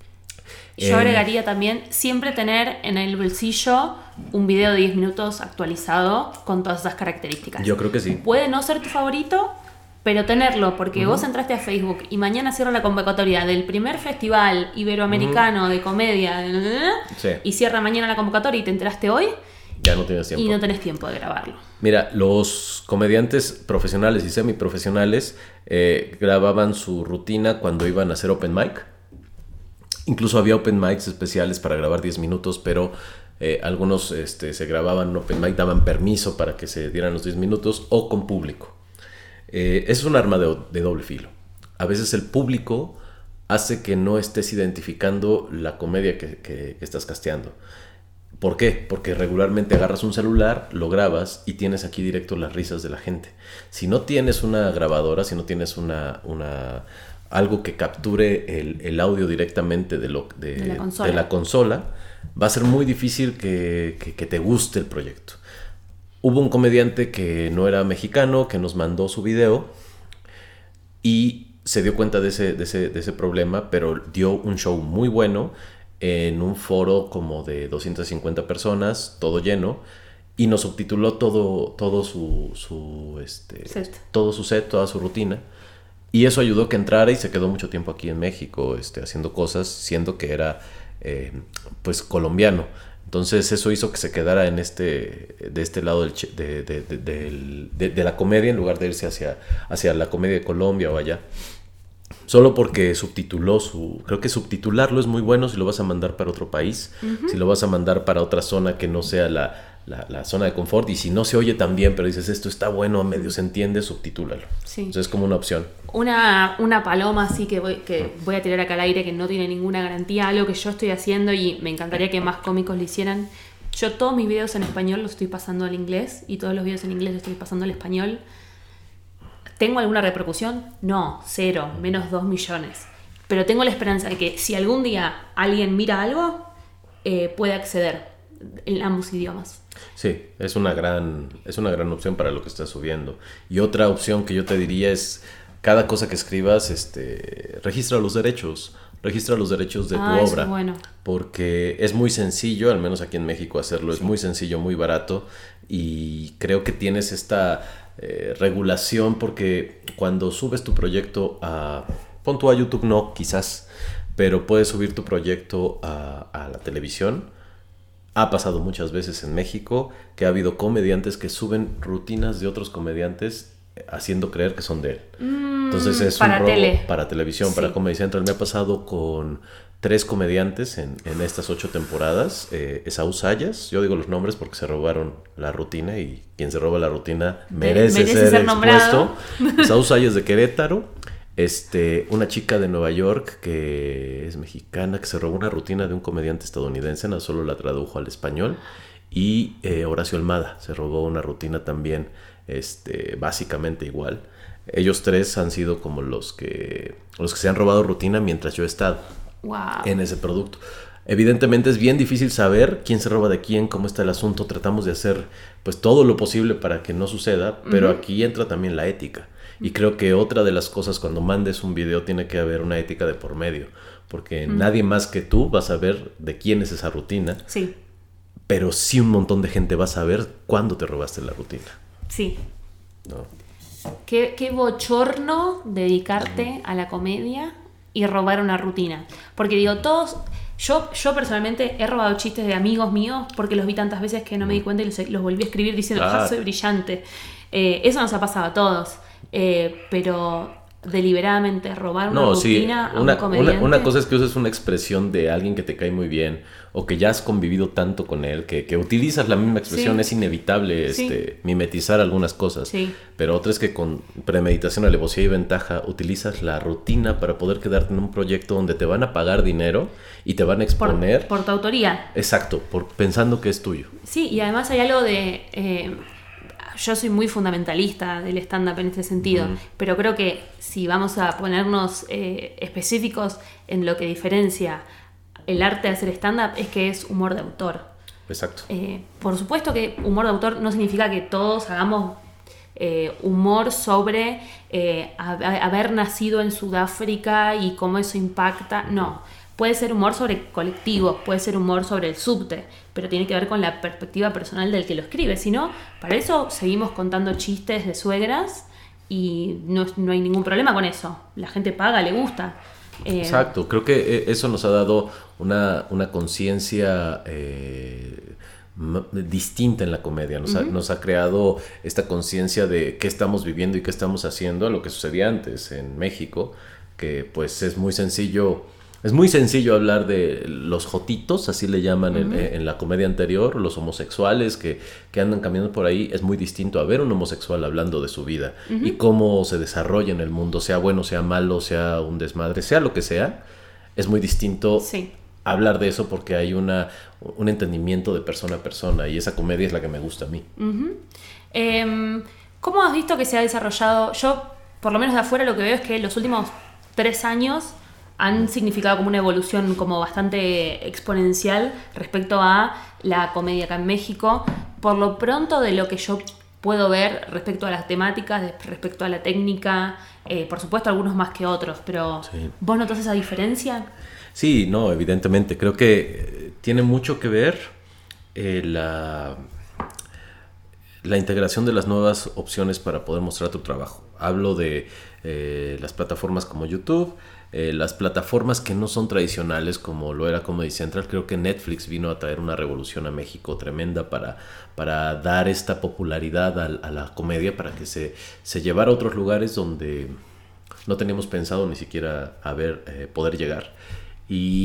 Yo eh, agregaría también siempre tener en el bolsillo un video de diez minutos actualizado con todas esas características. Yo creo que sí. Puede no ser tu favorito, pero tenerlo, porque uh-huh. vos entraste a Facebook y mañana cierra la convocatoria del primer festival iberoamericano uh-huh. de comedia sí. y cierra mañana la convocatoria y te enteraste hoy. Ya no tienes tiempo. Y no tenés tiempo de grabarlo. Mira, los comediantes profesionales y semiprofesionales eh, grababan su rutina cuando iban a hacer open mic. Incluso había open mics especiales para grabar diez minutos, pero eh, algunos este, se grababan open mic, daban permiso para que se dieran los diez minutos o con público. Eh, es un arma de, de doble filo. A veces el público hace que no estés identificando la comedia que, que, que estás casteando. ¿Por qué? Porque regularmente agarras un celular, lo grabas y tienes aquí directo las risas de la gente. Si no tienes una grabadora, si no tienes una... una algo que capture el, el audio directamente de, lo, de, de, la consola. de la consola, va a ser muy difícil que, que, que te guste el proyecto. Hubo un comediante que no era mexicano, que nos mandó su video y se dio cuenta de ese, de ese, de ese problema, pero dio un show muy bueno en un foro como de doscientas cincuenta personas, todo lleno, y nos subtituló todo, todo su, su, este, set. todo su set, toda su rutina. Y eso ayudó que entrara y se quedó mucho tiempo aquí en México este, haciendo cosas, siendo que era eh, pues colombiano. Entonces eso hizo que se quedara en este, de este lado del, de, de, de, de, de, de la comedia en lugar de irse hacia, hacia la comedia de Colombia o allá. Solo porque subtituló su... Creo que subtitularlo es muy bueno si lo vas a mandar para otro país, uh-huh. si lo vas a mandar para otra zona que no sea la, la, la zona de confort, y si no se oye tan bien, pero dices esto está bueno, medio se entiende, subtitúlalo. Sí. Entonces es como una opción. Una, una paloma así que voy, que voy a tirar acá al aire, que no tiene ninguna garantía, algo que yo estoy haciendo y me encantaría que más cómicos lo hicieran. Yo todos mis videos en español los estoy pasando al inglés y todos los videos en inglés los estoy pasando al español. ¿Tengo alguna repercusión? No, cero, menos dos millones. Pero tengo la esperanza de que si algún día alguien mira algo, eh, puede acceder en ambos idiomas. Sí, es una gran, es una gran opción para lo que estás subiendo. Y otra opción que yo te diría es, cada cosa que escribas, este, registra los derechos, registra los derechos de ah, tu eso obra. Es bueno. Porque es muy sencillo, al menos aquí en México hacerlo, sí. Es muy sencillo, muy barato, y creo que tienes esta eh, regulación, porque cuando subes tu proyecto a, pon tú a YouTube, no, quizás, pero puedes subir tu proyecto a, a la televisión. Ha pasado muchas veces en México que ha habido comediantes que suben rutinas de otros comediantes haciendo creer que son de él. Mm, Entonces es para un robo tele. para televisión, sí. Para Comedy Central. Me ha pasado con tres comediantes en, en estas ocho temporadas. Eh, Esaú Sayas, yo digo los nombres porque se robaron la rutina, y quien se roba la rutina merece, merece ser, ser expuesto. Esaú Sayas de Querétaro. Este, una chica de Nueva York que es mexicana, que se robó una rutina de un comediante estadounidense, no solo la tradujo al español. Y eh, Horacio Almada se robó una rutina también, este, básicamente igual. Ellos tres han sido como los que, los que se han robado rutina mientras yo he estado wow. en ese producto. Evidentemente es bien difícil saber quién se roba de quién, cómo está el asunto. Tratamos de hacer pues todo lo posible para que no suceda, pero uh-huh. Aquí entra también la ética. Y creo que otra de las cosas, cuando mandes un video, tiene que haber una ética de por medio, porque mm. nadie más que tú va a saber de quién es esa rutina, sí. Pero sí un montón de gente va a saber cuándo te robaste la rutina. Sí. ¿No? Qué, qué bochorno dedicarte mm. a la comedia y robar una rutina. Porque digo, todos... Yo, yo personalmente he robado chistes de amigos míos porque los vi tantas veces que no me di cuenta y los, los volví a escribir diciendo, ah, soy brillante. Eh, eso nos ha pasado a todos. Eh, pero deliberadamente robar una no, rutina sí, a una, un comediante. Una, una cosa es que uses una expresión de alguien que te cae muy bien o que ya has convivido tanto con él, que, que utilizas la misma expresión, sí. Es inevitable sí. este, mimetizar algunas cosas, sí. Pero otra es que con premeditación, alevosía y ventaja utilizas la rutina para poder quedarte en un proyecto donde te van a pagar dinero y te van a exponer. Por, por tu autoría. Exacto, por, pensando que es tuyo. Sí, y además hay algo de... Eh, yo soy muy fundamentalista del stand-up en este sentido, mm. pero creo que si vamos a ponernos eh, específicos en lo que diferencia el arte de hacer stand-up es que es humor de autor. Exacto. Eh, por supuesto que humor de autor no significa que todos hagamos eh, humor sobre eh, haber nacido en Sudáfrica y cómo eso impacta. No. Puede ser humor sobre colectivos, puede ser humor sobre el subte, pero tiene que ver con la perspectiva personal del que lo escribe. Si no, para eso seguimos contando chistes de suegras y no, no hay ningún problema con eso. La gente paga, le gusta. Eh, Exacto, creo que eso nos ha dado una, una conciencia eh, distinta en la comedia. Nos, uh-huh. ha, nos ha creado esta conciencia de qué estamos viviendo y qué estamos haciendo a lo que sucedía antes en México, que pues es muy sencillo... Es muy sencillo hablar de los jotitos, así le llaman uh-huh. en, en la comedia anterior, los homosexuales que, que andan caminando por ahí. Es muy distinto a ver un homosexual hablando de su vida uh-huh. y cómo se desarrolla en el mundo, sea bueno, sea malo, sea un desmadre, sea lo que sea. Es muy distinto sí. hablar de eso porque hay una, un entendimiento de persona a persona, y esa comedia es la que me gusta a mí. Uh-huh. Eh, ¿Cómo has visto que se ha desarrollado? Yo, por lo menos de afuera, lo que veo es que los últimos tres años... han significado como una evolución como bastante exponencial respecto a la comedia acá en México. Por lo pronto, de lo que yo puedo ver respecto a las temáticas, respecto a la técnica, eh, por supuesto algunos más que otros, pero sí. ¿Vos notás esa diferencia? Sí, no, evidentemente. Creo que tiene mucho que ver eh, la, la integración de las nuevas opciones para poder mostrar tu trabajo. Hablo de eh, las plataformas como YouTube, Eh, las plataformas que no son tradicionales como lo era Comedy Central. Creo que Netflix vino a traer una revolución a México tremenda para, para dar esta popularidad a, a la comedia, para que se, se llevara a otros lugares donde no teníamos pensado ni siquiera haber, eh, poder llegar. Y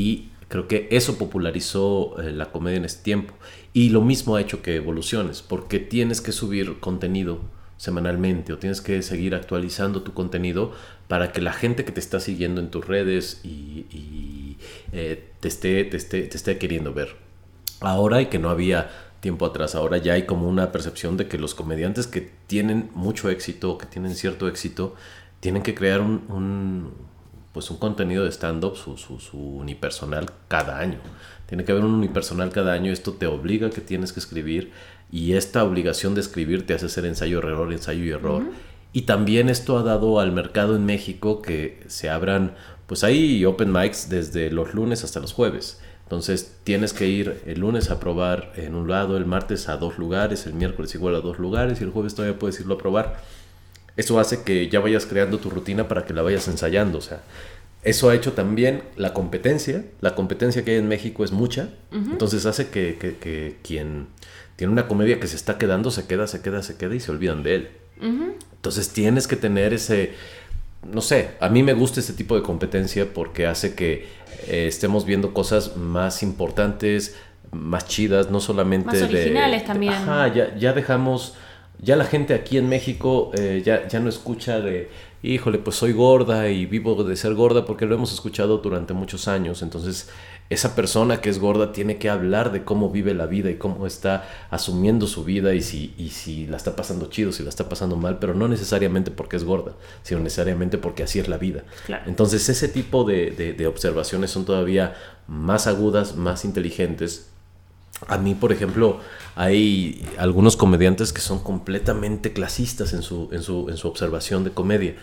Creo que eso popularizó eh, la comedia en este tiempo. Y lo mismo ha hecho que evoluciones, porque tienes que subir contenido semanalmente o tienes que seguir actualizando tu contenido para que la gente que te está siguiendo en tus redes y, y eh, te, esté, te, esté, te esté queriendo ver. Ahora, y que no había tiempo atrás, ahora ya hay como una percepción de que los comediantes que tienen mucho éxito, que tienen cierto éxito, tienen que crear un, un, pues un contenido de stand-up, su, su, su unipersonal cada año. Tiene que haber un unipersonal cada año, esto te obliga a que tienes que escribir y esta obligación de escribir te hace hacer ensayo-error, ensayo y error. Uh-huh. Y también esto ha dado al mercado en México que se abran, pues hay open mics desde los lunes hasta los jueves. Entonces tienes que ir el lunes a probar en un lado, el martes a dos lugares, el miércoles igual a dos lugares y el jueves todavía puedes irlo a probar. Eso hace que ya vayas creando tu rutina para que la vayas ensayando. O sea, eso ha hecho también la competencia. La competencia que hay en México es mucha. Uh-huh. Entonces hace que, que, que quien tiene una comedia que se está quedando, se queda, se queda, se queda y se olvidan de él. Uh-huh. Entonces tienes que tener ese... No sé, a mí me gusta este tipo de competencia porque hace que eh, estemos viendo cosas más importantes, más chidas, no solamente más originales de, también. Ajá, ya, ya dejamos, ya la gente aquí en México eh, ya, ya no escucha de, híjole, pues soy gorda y vivo de ser gorda porque lo hemos escuchado durante muchos años. Entonces esa persona que es gorda tiene que hablar de cómo vive la vida y cómo está asumiendo su vida y si, y si la está pasando chido, si la está pasando mal, pero no necesariamente porque es gorda, sino necesariamente porque así es la vida. Claro. Entonces ese tipo de, de, de observaciones son todavía más agudas, más inteligentes. A mí, por ejemplo, hay algunos comediantes que son completamente clasistas en su, en su, en su observación de comedia.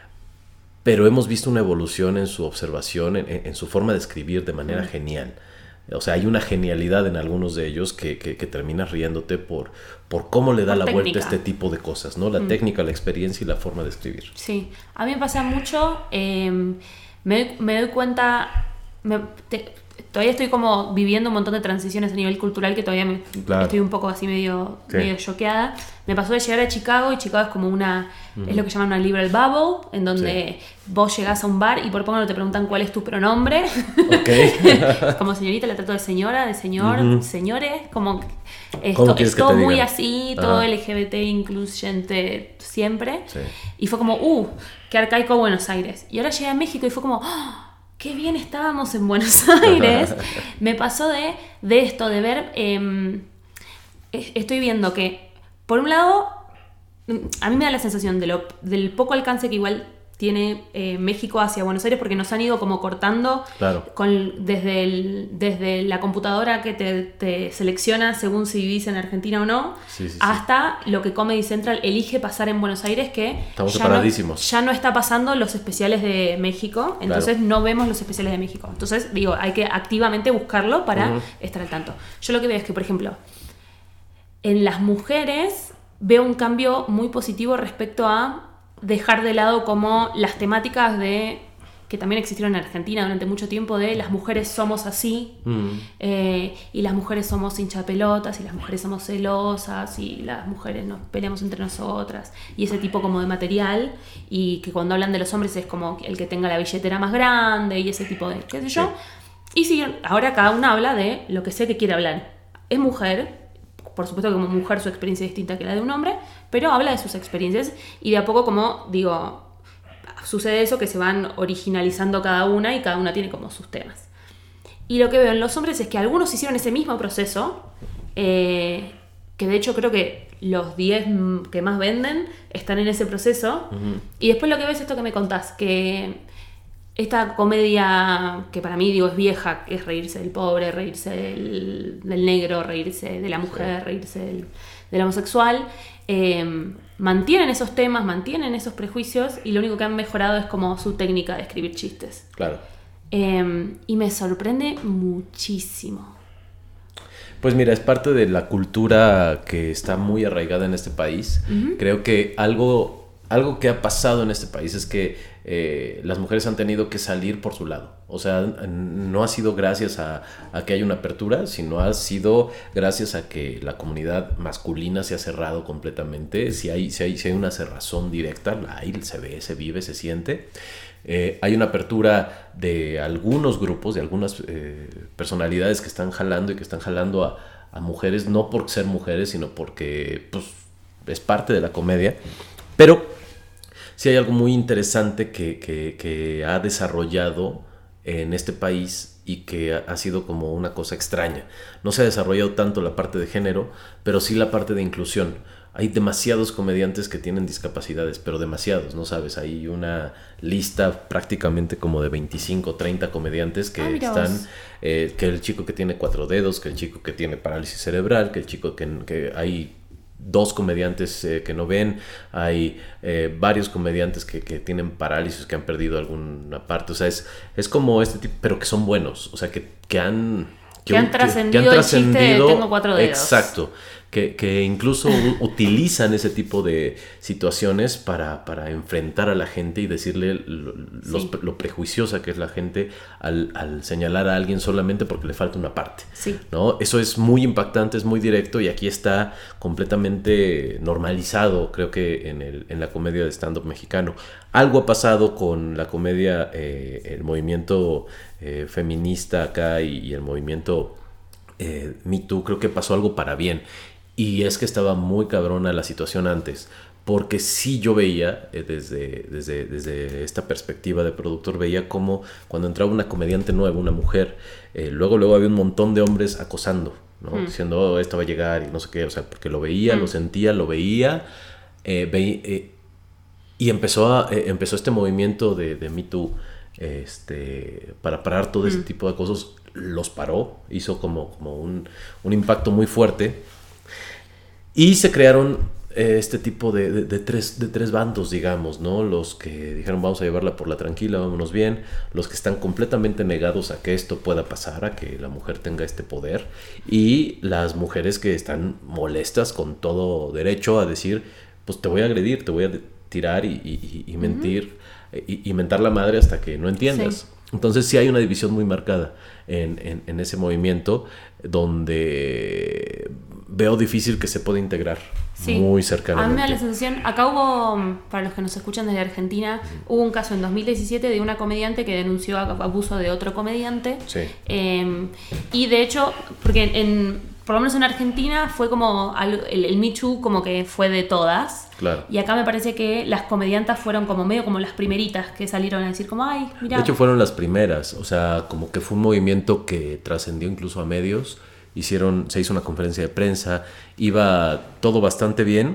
Pero hemos visto una evolución en su observación, en, en su forma de escribir de manera mm. genial. O sea, hay una genialidad en algunos de ellos que, que, que terminas riéndote por, por cómo le da por la técnica. Vuelta a este tipo de cosas, ¿no? La mm. técnica, la experiencia y la forma de escribir. Sí, a mí me pasa mucho, eh, me, me doy cuenta, me, te, todavía estoy como viviendo un montón de transiciones a nivel cultural que todavía me, claro. estoy un poco así medio, sí. medio choqueada. Me pasó de llegar a Chicago y Chicago es como una, uh-huh. es lo que llaman una liberal bubble, en donde sí. vos llegás a un bar y por poco no te preguntan cuál es tu pronombre. Okay. Como señorita, le trato de señora, de señor, uh-huh. señores, como esto, es todo muy así, todo uh-huh. L G B T incluyente siempre. Sí. Y fue como, uh, qué arcaico Buenos Aires. Y ahora llegué a México y fue como, oh, qué bien estábamos en Buenos Aires. Me pasó de, de esto, de ver, eh, estoy viendo que, por un lado, a mí me da la sensación de lo, del poco alcance que igual tiene eh, México hacia Buenos Aires, porque nos han ido como cortando claro. con, desde, el, desde la computadora que te, te selecciona según si vivís en Argentina o no, sí, sí, hasta sí. lo que Comedy Central elige pasar en Buenos Aires, que estamos ya separadísimos. No, ya no está pasando los especiales de México, entonces claro. no vemos los especiales de México. Entonces, digo, hay que activamente buscarlo para uh-huh. estar al tanto. Yo lo que veo es que, por ejemplo, en las mujeres veo un cambio muy positivo respecto a dejar de lado como las temáticas de que también existieron en Argentina durante mucho tiempo de las mujeres somos así mm. eh, y las mujeres somos hinchapelotas y las mujeres somos celosas y las mujeres nos peleamos entre nosotras y ese tipo como de material, y que cuando hablan de los hombres es como el que tenga la billetera más grande y ese tipo de qué sé yo. Sí. Y sí, ahora cada una habla de lo que sé que quiere hablar. Es mujer, por supuesto que como mujer su experiencia es distinta que la de un hombre, pero habla de sus experiencias y de a poco, como digo, sucede eso, que se van originalizando cada una y cada una tiene como sus temas. Y lo que veo en los hombres es que algunos hicieron ese mismo proceso, eh, que de hecho creo que los diez que más venden están en ese proceso, uh-huh. y después lo que ves es esto que me contás, que esta comedia que para mí digo es vieja, que es reírse del pobre, reírse del, del negro, reírse de la mujer, sí. reírse del, del homosexual, eh, mantienen esos temas, mantienen esos prejuicios, y lo único que han mejorado es como su técnica de escribir chistes. Claro. Eh, y me sorprende muchísimo. Pues mira, es parte de la cultura que está muy arraigada en este país. Uh-huh. Creo que algo... algo que ha pasado en este país es que eh, las mujeres han tenido que salir por su lado. O sea, no ha sido gracias a, a que haya una apertura, sino ha sido gracias a que la comunidad masculina se ha cerrado completamente. Si hay, si hay, si hay una cerrazón directa, ahí se ve, se vive, se siente. Eh, hay una apertura de algunos grupos, de algunas eh, personalidades que están jalando y que están jalando a, a mujeres, no por ser mujeres, sino porque pues, es parte de la comedia. Pero sí hay algo muy interesante que, que, que ha desarrollado en este país y que ha sido como una cosa extraña. No se ha desarrollado tanto la parte de género, pero sí la parte de inclusión. Hay demasiados comediantes que tienen discapacidades, pero demasiados, ¿no sabes? Hay una lista prácticamente como de veinticinco, treinta comediantes que ah, están... Eh, que el chico que tiene cuatro dedos, que el chico que tiene parálisis cerebral, que el chico que... que hay dos comediantes eh, que no ven, hay eh, varios comediantes que, que tienen parálisis, que han perdido alguna parte, o sea, es, es como este tipo, pero que son buenos, o sea, que, que han... Que, que han trascendido el chiste de tengo cuatro dedos. Exacto. Que, que incluso utilizan ese tipo de situaciones para, para enfrentar a la gente y decirle lo, los, sí. lo prejuiciosa que es la gente al, al señalar a alguien solamente porque le falta una parte, sí. ¿no? Eso es muy impactante, es muy directo y aquí está completamente normalizado, creo que en, el, en la comedia de stand-up mexicano. Algo ha pasado con la comedia, eh, el movimiento eh, feminista acá y, y el movimiento eh, Me Too, creo que pasó algo para bien. Y es que estaba muy cabrona la situación antes, porque sí yo veía, eh, desde, desde, desde esta perspectiva de productor, veía como cuando entraba una comediante nueva, una mujer, eh, luego, luego había un montón de hombres acosando, ¿no? Mm. Diciendo, oh, esta va a llegar y no sé qué, o sea, porque lo veía, mm. lo sentía, lo veía, eh, ve, eh, y empezó, a, eh, empezó este movimiento de, de Me Too, este, para parar todo mm. ese tipo de cosas, los paró, hizo como, como un, un impacto muy fuerte. Y se crearon eh, este tipo de, de, de, tres, de tres bandos, digamos, ¿no? Los que dijeron vamos a llevarla por la tranquila, vámonos bien. Los que están completamente negados a que esto pueda pasar, a que la mujer tenga este poder. Y las mujeres que están molestas con todo derecho a decir, pues te voy a agredir, te voy a tirar y, y, y mentir, uh-huh. y, y mentar la madre hasta que no entiendas. Sí. Entonces sí hay una división muy marcada en, en, en ese movimiento donde veo difícil que se pueda integrar sí. muy cercanamente. A mí me da la sensación, acá hubo, para los que nos escuchan desde Argentina, uh-huh. hubo un caso en dos mil diecisiete de una comediante que denunció abuso de otro comediante. Sí. Eh, y de hecho, porque en, por lo menos en Argentina fue como, el, el Me Too como que fue de todas. Claro. Y acá me parece que las comediantas fueron como medio como las primeritas que salieron a decir como, ay, mira. De hecho fueron las primeras, o sea, como que fue un movimiento que trascendió incluso a medios. Hicieron, se hizo una conferencia de prensa, iba todo bastante bien,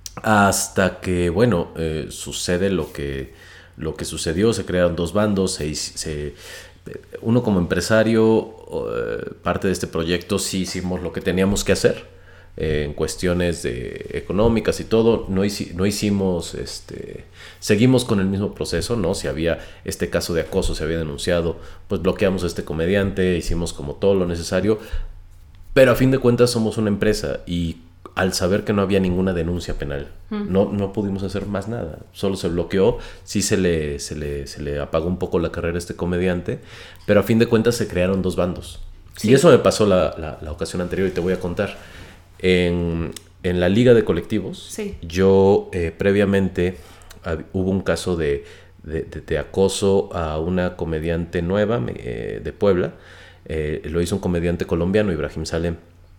hasta que, bueno, eh, sucede lo que, lo que sucedió, se crearon dos bandos, se, se, uno como empresario, eh, parte de este proyecto, sí hicimos lo que teníamos que hacer, eh, en cuestiones de económicas y todo, no, hici, no hicimos, este, seguimos con el mismo proceso, ¿no? Si había este caso de acoso, se había denunciado, pues bloqueamos a este comediante, hicimos como todo lo necesario. Pero a fin de cuentas somos una empresa y al saber que no había ninguna denuncia penal, mm. no, no pudimos hacer más nada. Solo se bloqueó, sí se le, se, le, se le apagó un poco la carrera a este comediante, pero a fin de cuentas se crearon dos bandos. Sí. Y eso me pasó la, la, la ocasión anterior y te voy a contar. En, en la Liga de Colectivos, sí. yo eh, previamente hab, hubo un caso de, de, de, de acoso a una comediante nueva eh, de Puebla. Eh, lo hizo un comediante colombiano, Ibrahim Salem.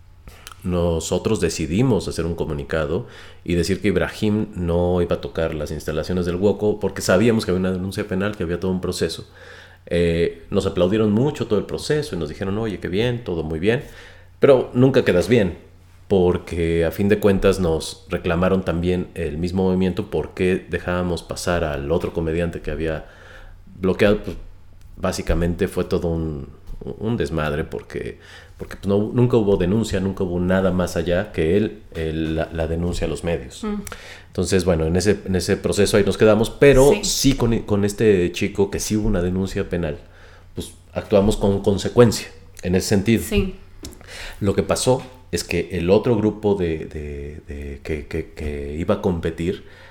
Nosotros decidimos hacer un comunicado y decir que Ibrahim no iba a tocar las instalaciones del Woco porque sabíamos que había una denuncia penal, que había todo un proceso. Eh, nos aplaudieron mucho todo el proceso y nos dijeron, oye, qué bien, todo muy bien, pero nunca quedas bien, porque a fin de cuentas nos reclamaron también el mismo movimiento porque dejábamos pasar al otro comediante que había bloqueado. Pues, básicamente fue todo un... un desmadre porque, porque pues no, nunca hubo denuncia, nunca hubo nada más allá que él, él la, la denuncia a los medios. Mm. Entonces, bueno, en ese, en ese proceso ahí nos quedamos, pero sí, sí con, con este chico que sí hubo una denuncia penal, pues actuamos con consecuencia en ese sentido. Sí. Lo que pasó es que el otro grupo de, de, de, que, que, que iba a competir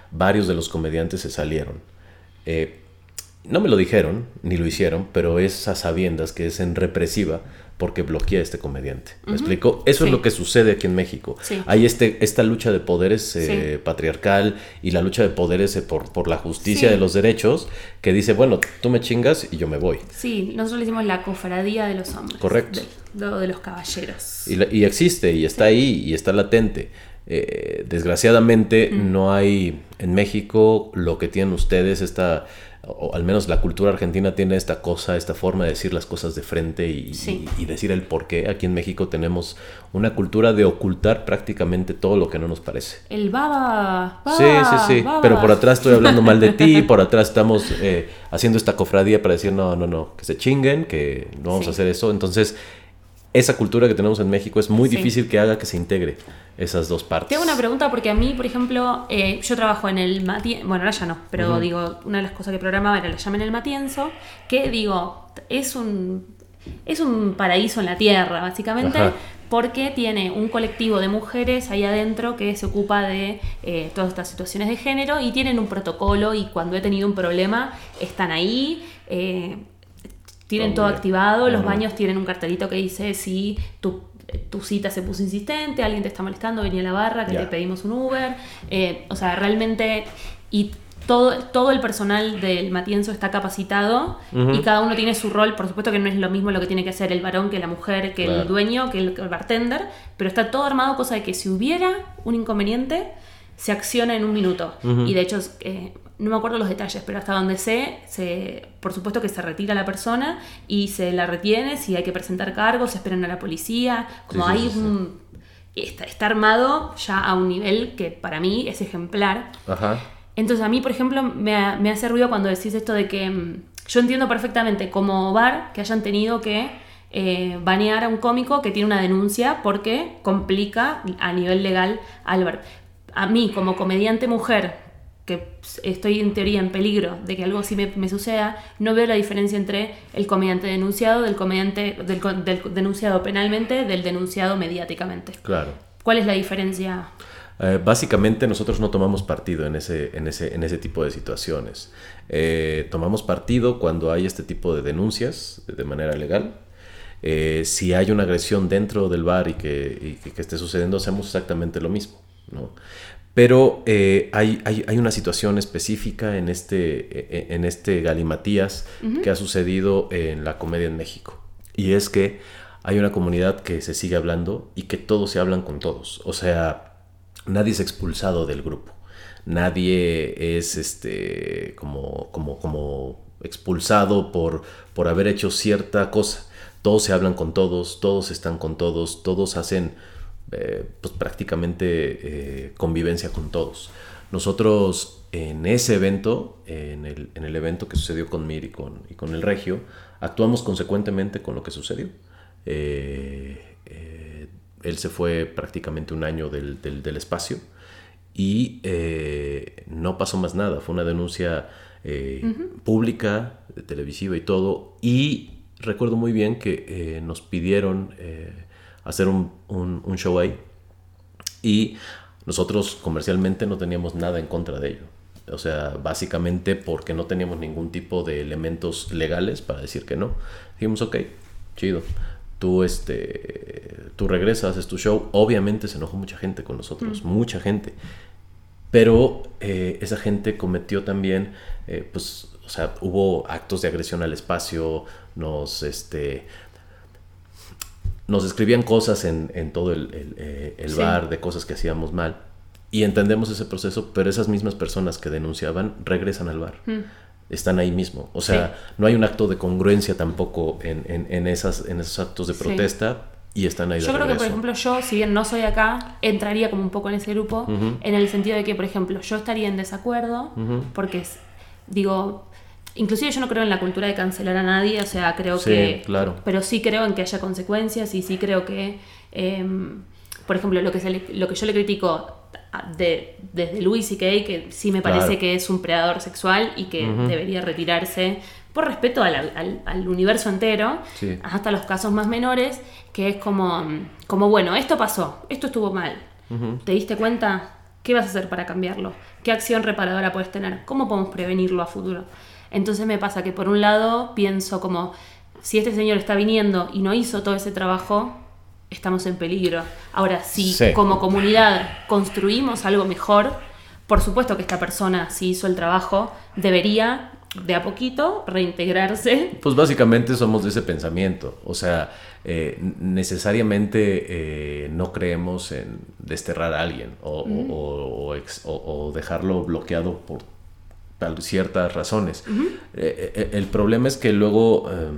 varios de los comediantes se salieron. Eh, no me lo dijeron, ni lo hicieron, pero es a sabiendas que es en represiva porque bloquea a este comediante. ¿Me uh-huh. explico? Eso sí. es lo que sucede aquí en México. Sí. Hay este, esta lucha de poderes eh, sí. patriarcal y la lucha de poderes eh, por, por la justicia sí. de los derechos que dice, bueno, tú me chingas y yo me voy. Sí, nosotros le decimos la cofradía de los hombres. Correcto. De, de, de los caballeros. Y, la, y existe, y está sí. ahí, y está latente. Eh, desgraciadamente mm. no hay en México lo que tienen ustedes, esta... o al menos la cultura argentina tiene esta cosa, esta forma de decir las cosas de frente y, sí. y, y decir el por qué. Aquí en México tenemos una cultura de ocultar prácticamente todo lo que no nos parece. El baba, baba Sí, sí, sí, baba. Pero por atrás estoy hablando mal de ti, por atrás estamos eh, haciendo esta cofradía para decir no, no, no, que se chinguen, que no vamos sí. a hacer eso. Entonces, esa cultura que tenemos en México es muy sí. difícil que haga que se integre esas dos partes. Tengo una pregunta porque a mí, por ejemplo, eh, yo trabajo en el Matienzo, bueno, ahora ya no, pero uh-huh. digo, una de las cosas que programaba era la llama en el Matienzo, que digo, es un, es un paraíso en la tierra, básicamente, Ajá. porque tiene un colectivo de mujeres ahí adentro que se ocupa de eh, todas estas situaciones de género y tienen un protocolo y cuando he tenido un problema están ahí, eh, tienen todo, todo activado, uh-huh. los baños tienen un cartelito que dice si tu tu cita se puso insistente, alguien te está molestando, venía a la barra, que yeah. te pedimos un Uber. Eh, o sea, realmente... Y todo, todo el personal del Matienzo está capacitado uh-huh. y cada uno tiene su rol. Por supuesto que no es lo mismo lo que tiene que hacer el varón que la mujer, que claro. el dueño, que el, que el bartender, pero está todo armado, cosa de que si hubiera un inconveniente, se acciona en un minuto. Uh-huh. Y de hecho... Eh, no me acuerdo los detalles, pero hasta donde sé, se, por supuesto que se retira la persona y se la retiene, si hay que presentar cargos, se esperan a la policía, como sí, sí, hay sí, un... Sí. Está, está armado ya a un nivel que para mí es ejemplar. Ajá. Entonces a mí, por ejemplo, me, me hace ruido cuando decís esto de que mmm, yo entiendo perfectamente como bar que hayan tenido que eh, banear a un cómico que tiene una denuncia porque complica a nivel legal al bar. A mí, como comediante mujer, que estoy en teoría en peligro de que algo así me, me suceda, no veo la diferencia entre el comediante denunciado, del comediante del, del denunciado penalmente, del denunciado mediáticamente. Claro. ¿Cuál es la diferencia? Eh, básicamente nosotros no tomamos partido en ese, en ese, en ese tipo de situaciones. Eh, tomamos partido cuando hay este tipo de denuncias de manera legal. Eh, si hay una agresión dentro del bar y que, y que, que esté sucediendo, hacemos exactamente lo mismo, ¿no? Pero eh, hay, hay, hay una situación específica en este, en este galimatías uh-huh. que ha sucedido en la comedia en México. Y es que hay una comunidad que se sigue hablando y que todos se hablan con todos. O sea, nadie es expulsado del grupo. Nadie es este, como, como, como expulsado por, por haber hecho cierta cosa. Todos se hablan con todos, todos están con todos, todos hacen... Eh, pues prácticamente eh, convivencia con todos. Nosotros en ese evento, en el, en el evento que sucedió con Mir y con, y con el Regio, actuamos consecuentemente con lo que sucedió. Eh, eh, él se fue prácticamente un año del, del, del espacio y eh, no pasó más nada. Fue una denuncia eh, uh-huh. pública, televisiva y todo. Y recuerdo muy bien que eh, nos pidieron... Eh, hacer un, un, un show ahí y nosotros comercialmente no teníamos nada en contra de ello, o sea, básicamente porque no teníamos ningún tipo de elementos legales para decir que no. Dijimos, ok, chido, tú, este, tú regresas, haces tu show. Obviamente se enojó mucha gente con nosotros, mm. mucha gente, pero eh, esa gente cometió también, eh, pues, o sea, hubo actos de agresión al espacio, nos, este... Nos escribían cosas en, en todo el, el, el sí. bar de cosas que hacíamos mal. Y entendemos ese proceso, pero esas mismas personas que denunciaban regresan al bar. Mm. Están ahí mismo. O sea, sí. no hay un acto de congruencia tampoco en, en, en, esas, en esos actos de protesta sí. y están ahí de Yo creo regreso. que, por ejemplo, yo, si bien no soy acá, entraría como un poco en ese grupo, uh-huh. en el sentido de que, por ejemplo, yo estaría en desacuerdo, uh-huh. porque, digo... Inclusive yo no creo en la cultura de cancelar a nadie, o sea, creo sí, que... claro. Pero sí creo en que haya consecuencias y sí creo que, eh, por ejemplo, lo que, se le, lo que yo le critico de, desde Louis C K, que sí me parece claro. que es un predador sexual y que uh-huh. debería retirarse por respeto al, al, al universo entero, sí. hasta los casos más menores, que es como, como, bueno, esto pasó, esto estuvo mal. Uh-huh. ¿Te diste cuenta? ¿Qué vas a hacer para cambiarlo? ¿Qué acción reparadora puedes tener? ¿Cómo podemos prevenirlo a futuro? Entonces me pasa que por un lado pienso como, si este señor está viniendo y no hizo todo ese trabajo, estamos en peligro. Ahora, si sí. como comunidad construimos algo mejor, por supuesto que esta persona, si hizo el trabajo, debería de a poquito reintegrarse. Pues básicamente somos de ese pensamiento, o sea, eh, necesariamente eh, no creemos en desterrar a alguien o, uh-huh. o, o, ex, o, o dejarlo bloqueado por ciertas razones. Uh-huh. Eh, el problema es que luego eh,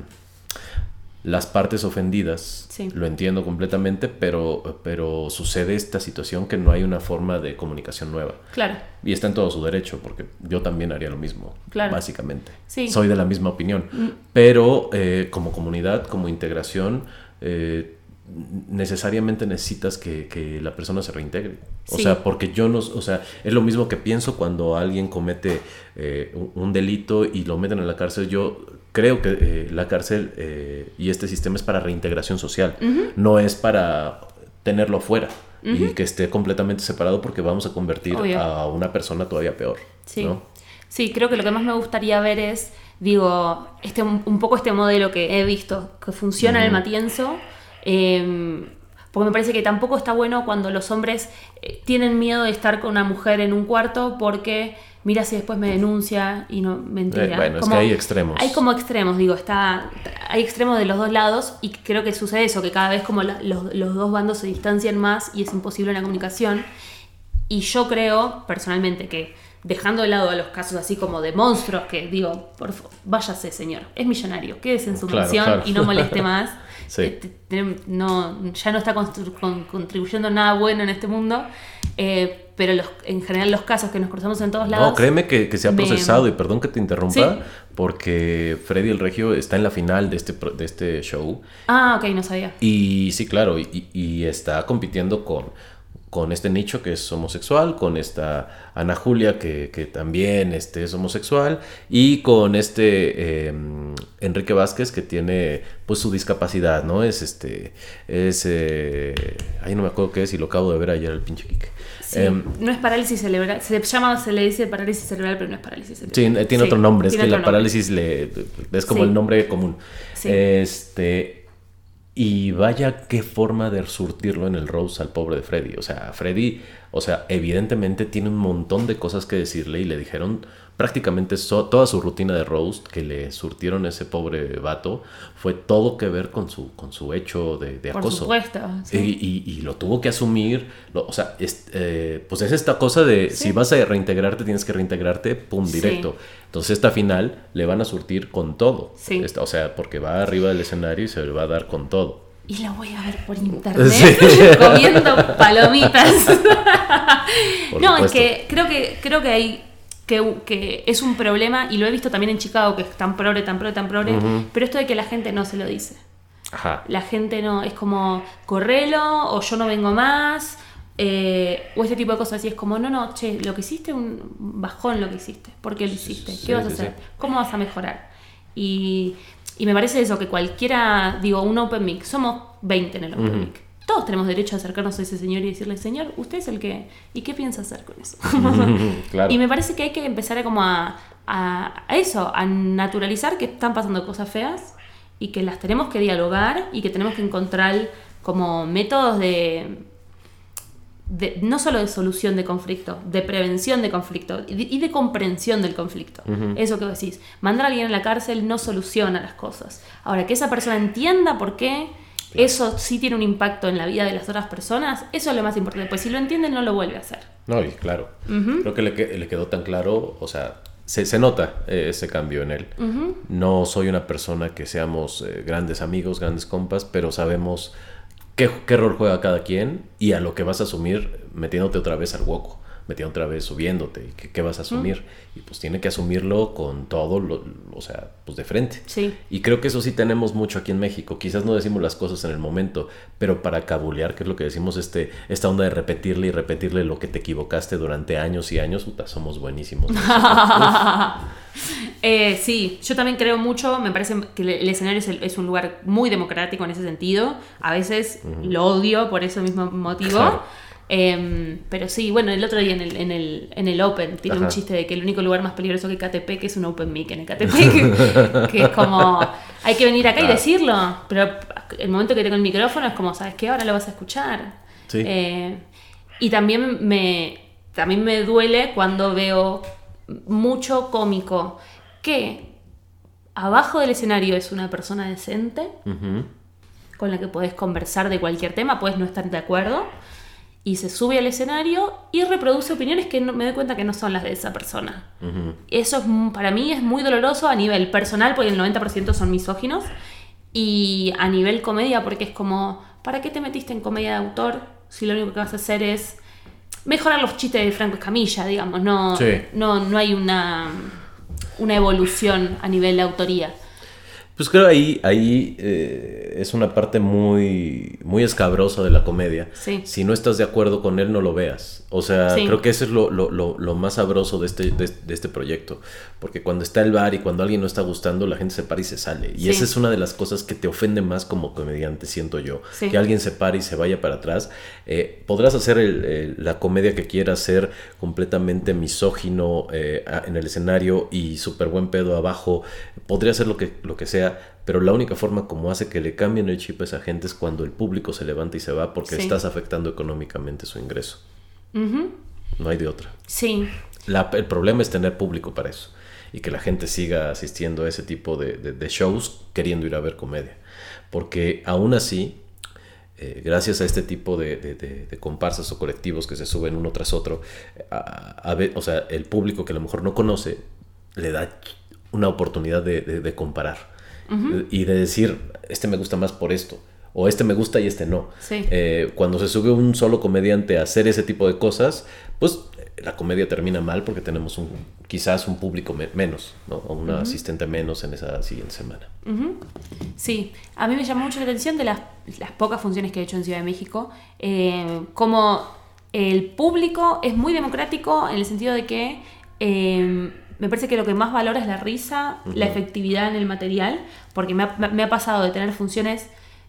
las partes ofendidas, sí. lo entiendo completamente, pero, pero sucede esta situación que no hay una forma de comunicación nueva. Claro. Y está en todo su derecho, porque yo también haría lo mismo, claro. básicamente. Sí. Soy de la misma opinión. Mm. Pero eh, como comunidad, como integración, eh, necesariamente necesitas que, que la persona se reintegre. O sí. sea, porque yo no... O sea, es lo mismo que pienso cuando alguien comete eh, un, un delito y lo meten en la cárcel. Yo creo que eh, la cárcel eh, y este sistema es para reintegración social. Uh-huh. No es para tenerlo fuera. Uh-huh. Y que esté completamente separado, porque vamos a convertir Obvio. a una persona todavía peor. Sí. ¿no? Sí, creo que lo que más me gustaría ver es, digo, este un poco este modelo que he visto que funciona uh-huh. en el Matienzo, eh, porque me parece que tampoco está bueno cuando los hombres eh, tienen miedo de estar con una mujer en un cuarto porque mira si después me denuncia y no mentira. Eh, bueno, como, es que hay extremos. Hay como extremos, digo, está hay extremos de los dos lados y creo que sucede eso, que cada vez como la, los, los dos bandos se distancian más y es imposible la comunicación. Y yo creo, personalmente, que dejando de lado a los casos así como de monstruos, que digo, por favor, váyase señor, es millonario, quédese en su claro, mansión claro. y no moleste más. Sí. Este, no, ya no está constru- con, contribuyendo nada bueno en este mundo, eh, pero los, en general los casos que nos cruzamos en todos lados... No, créeme que, que se ha procesado, me... y perdón que te interrumpa, ¿sí? Porque Freddy el Regio está en la final de este, de este show. Ah, ok, no sabía. Y sí, claro, y, y está compitiendo con... con este nicho que es homosexual, con esta Ana Julia que, que también este, es homosexual, y con este eh, Enrique Vázquez que tiene pues su discapacidad, ¿no? Es este, es, eh, ahí no me acuerdo qué es y lo acabo de ver ayer el pinche Quique. Sí, eh, no es parálisis cerebral, se llama, se le dice parálisis cerebral, pero no es parálisis cerebral. Sí, tiene sí, otro nombre, es que la nombre. parálisis le, es como sí. el nombre común. Sí. Este... Y vaya qué forma de surtirlo en el roast al pobre de Freddy. O sea, Freddy, o sea, evidentemente tiene un montón de cosas que decirle y le dijeron prácticamente so, toda su rutina de roast que le surtieron a ese pobre vato fue todo que ver con su, con su hecho de, de acoso. Por supuesto. Sí. Y, y, y lo tuvo que asumir. Lo, o sea, es, eh, pues es esta cosa de sí. si vas a reintegrarte, tienes que reintegrarte, pum, directo. Sí. Entonces esta final le van a surtir con todo. Sí. Esta, o sea, porque va arriba del escenario y se le va a dar con todo. Y lo voy a ver por internet sí. comiendo palomitas. No, es que creo que creo que hay que, que es un problema, y lo he visto también en Chicago, que es tan progre, tan progre, tan progre, uh-huh. pero esto de que la gente no se lo dice. Ajá. La gente no, es como correlo o yo no vengo más. Eh, o este tipo de cosas, y es como, no, no, che, lo que hiciste, un bajón lo que hiciste, ¿por qué lo hiciste? Sí, ¿Qué vas a sí, hacer? sí. ¿Cómo vas a mejorar? Y, y me parece eso, que cualquiera, digo, un open mic, somos veinte en el open uh-huh. mic, todos tenemos derecho a acercarnos a ese señor y decirle, señor, usted es el que, ¿y qué piensa hacer con eso? Claro. Y me parece que hay que empezar a como a, a, a eso, a naturalizar que están pasando cosas feas y que las tenemos que dialogar y que tenemos que encontrar como métodos de... De, no solo de solución de conflicto, de prevención de conflicto y de, y de comprensión del conflicto. Uh-huh. Eso que vos decís, mandar a alguien a la cárcel no soluciona las cosas. Ahora, que esa persona entienda por qué, claro. eso sí tiene un impacto en la vida de las otras personas, eso es lo más importante, pues si lo entiende no lo vuelve a hacer. No, y claro, uh-huh. creo que le, le quedó tan claro, o sea, se, se nota eh, ese cambio en él. Uh-huh. No soy una persona que seamos eh, grandes amigos, grandes compas, pero sabemos... ¿Qué, ¿Qué rol juega cada quien? Y a lo que vas a asumir metiéndote otra vez al hueco, metiéndote otra vez subiéndote. ¿Qué, qué vas a asumir? Mm. Y pues tiene que asumirlo con todo, lo, o sea, pues de frente. Sí. Y creo que eso sí tenemos mucho aquí en México. Quizás no decimos las cosas en el momento, pero para cabulear, que es lo que decimos, este, esta onda de repetirle y repetirle lo que te equivocaste durante años y años, puta, somos buenísimos. eh, sí, yo también creo mucho, me parece que el escenario es, el, es un lugar muy democrático en ese sentido. A veces uh-huh. lo odio por ese mismo motivo. Claro. Eh, pero sí, bueno, el otro día en el, en el, en el Open tiene Ajá. un chiste de que el único lugar más peligroso que Catepec es un Open Mic en el Catepec, que, que es como, hay que venir acá y Claro. decirlo, pero el momento que tengo el micrófono es como, ¿sabes qué? Ahora lo vas a escuchar. Sí. Eh, y también me, también me duele cuando veo mucho cómico que abajo del escenario es una persona decente, Ujú. con la que podés conversar de cualquier tema, puedes no estar de acuerdo, y se sube al escenario y reproduce opiniones que no, me doy cuenta que no son las de esa persona. Ujú. Eso es, m- para mí es muy doloroso a nivel personal, porque el noventa por ciento son misóginos, y a nivel comedia, porque es como, ¿para qué te metiste en comedia de autor si lo único que vas a hacer es mejorar los chistes de Franco Escamilla, digamos? No, Sí. no, no hay una, una evolución a nivel de autoría. Pues creo ahí, ahí eh, es una parte muy, muy escabrosa de la comedia. Sí. Si no estás de acuerdo con él, no lo veas. O sea, Sí. creo que eso es lo, lo, lo, lo más sabroso de este, de, de este proyecto. Porque cuando está el bar y cuando a alguien no está gustando, la gente se para y se sale. Y Sí. esa es una de las cosas que te ofende más como comediante, siento yo. Sí. Que alguien se pare y se vaya para atrás. Eh, podrás hacer el, el, la comedia que quieras, ser completamente misógino eh, a- en el escenario y súper buen pedo abajo. Podría hacer lo que, lo que sea, pero la única forma como hace que le cambien el chip a esa gente es cuando el público se levanta y se va porque Sí. estás afectando económicamente su ingreso. Ujú. No hay de otra. Sí, La- el problema es tener público para eso y que la gente siga asistiendo a ese tipo de, de- de shows queriendo ir a ver comedia. Porque aún así, eh, gracias a este tipo de, de- de- de comparsas o colectivos que se suben uno tras otro, a- a ve- o sea, el público que a lo mejor no conoce le da una oportunidad de, de- de comparar y de decir, este me gusta más por esto. O este me gusta y este no. Sí. Eh, cuando se sube un solo comediante a hacer ese tipo de cosas, pues eh, la comedia termina mal porque tenemos un, quizás un público me- menos, ¿no? O una asistente menos en esa siguiente semana. Ujú. Sí, a mí me llamó mucho la atención de las, las pocas funciones que he hecho en Ciudad de México, eh, como el público es muy democrático en el sentido de que eh, me parece que lo que más valora es la risa, la efectividad en el material, porque me ha, me ha pasado de tener funciones,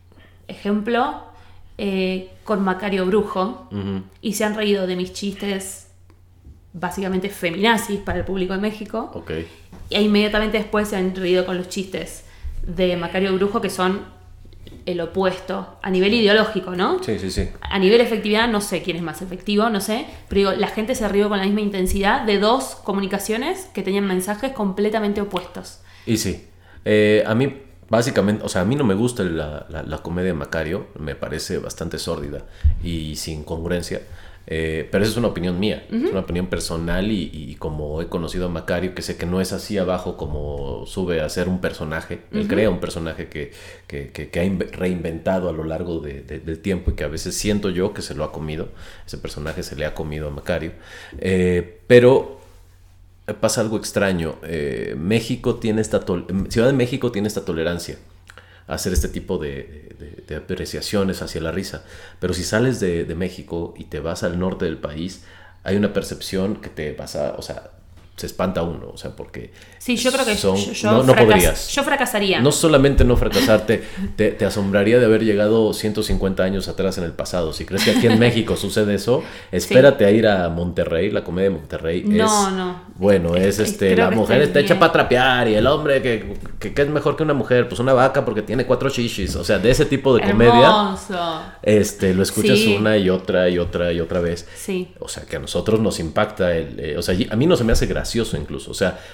ejemplo, eh, con Macario Brujo, Ujú. y se han reído de mis chistes básicamente feminazis para el público de México. Ok. E inmediatamente después se han reído con los chistes de Macario Brujo, que son el opuesto a nivel ideológico, ¿no? Sí, sí, sí. A nivel efectividad, no sé quién es más efectivo, no sé. Pero digo, la gente se rió con la misma intensidad de dos comunicaciones que tenían mensajes completamente opuestos. Y sí. Eh, a mí, básicamente, o sea, a mí no me gusta la, la, la comedia de Macario. Me parece bastante sórdida y sin congruencia. Eh, pero esa es una opinión mía, es una opinión personal y, y como he conocido a Macario, que sé que no es así abajo como sube a ser un personaje, él crea un personaje que, que, que, que ha inve- reinventado a lo largo de, de- del tiempo y que a veces siento yo que se lo ha comido, ese personaje se le ha comido a Macario, eh, pero pasa algo extraño, eh, México tiene esta tol- Ciudad de México tiene esta tolerancia a hacer este tipo de, de, de apreciaciones hacia la risa. Pero si sales de, de México y te vas al norte del país, hay una percepción que te vas a... O sea, se espanta uno, o sea, porque... Sí, yo creo que son- yo, yo no, no fracas- podrías. yo fracasaría. No solamente no fracasarte, te, te asombraría de haber llegado ciento cincuenta años atrás en el pasado. Si crees que aquí en México sucede eso, espérate a ir a Monterrey. La comedia de Monterrey No, es... no. Bueno, Es- es es- este, creo la que mujer estoy está hecha bien. para trapear y el hombre que, que, que es mejor que una mujer, pues una vaca porque tiene cuatro shishis. O sea, de ese tipo de comedia, Hermoso. este, lo escuchas Sí. una y otra y otra y otra vez. Sí. O sea, que a nosotros nos impacta el... eh, o sea, a mí no se me hace gracioso incluso. O sea,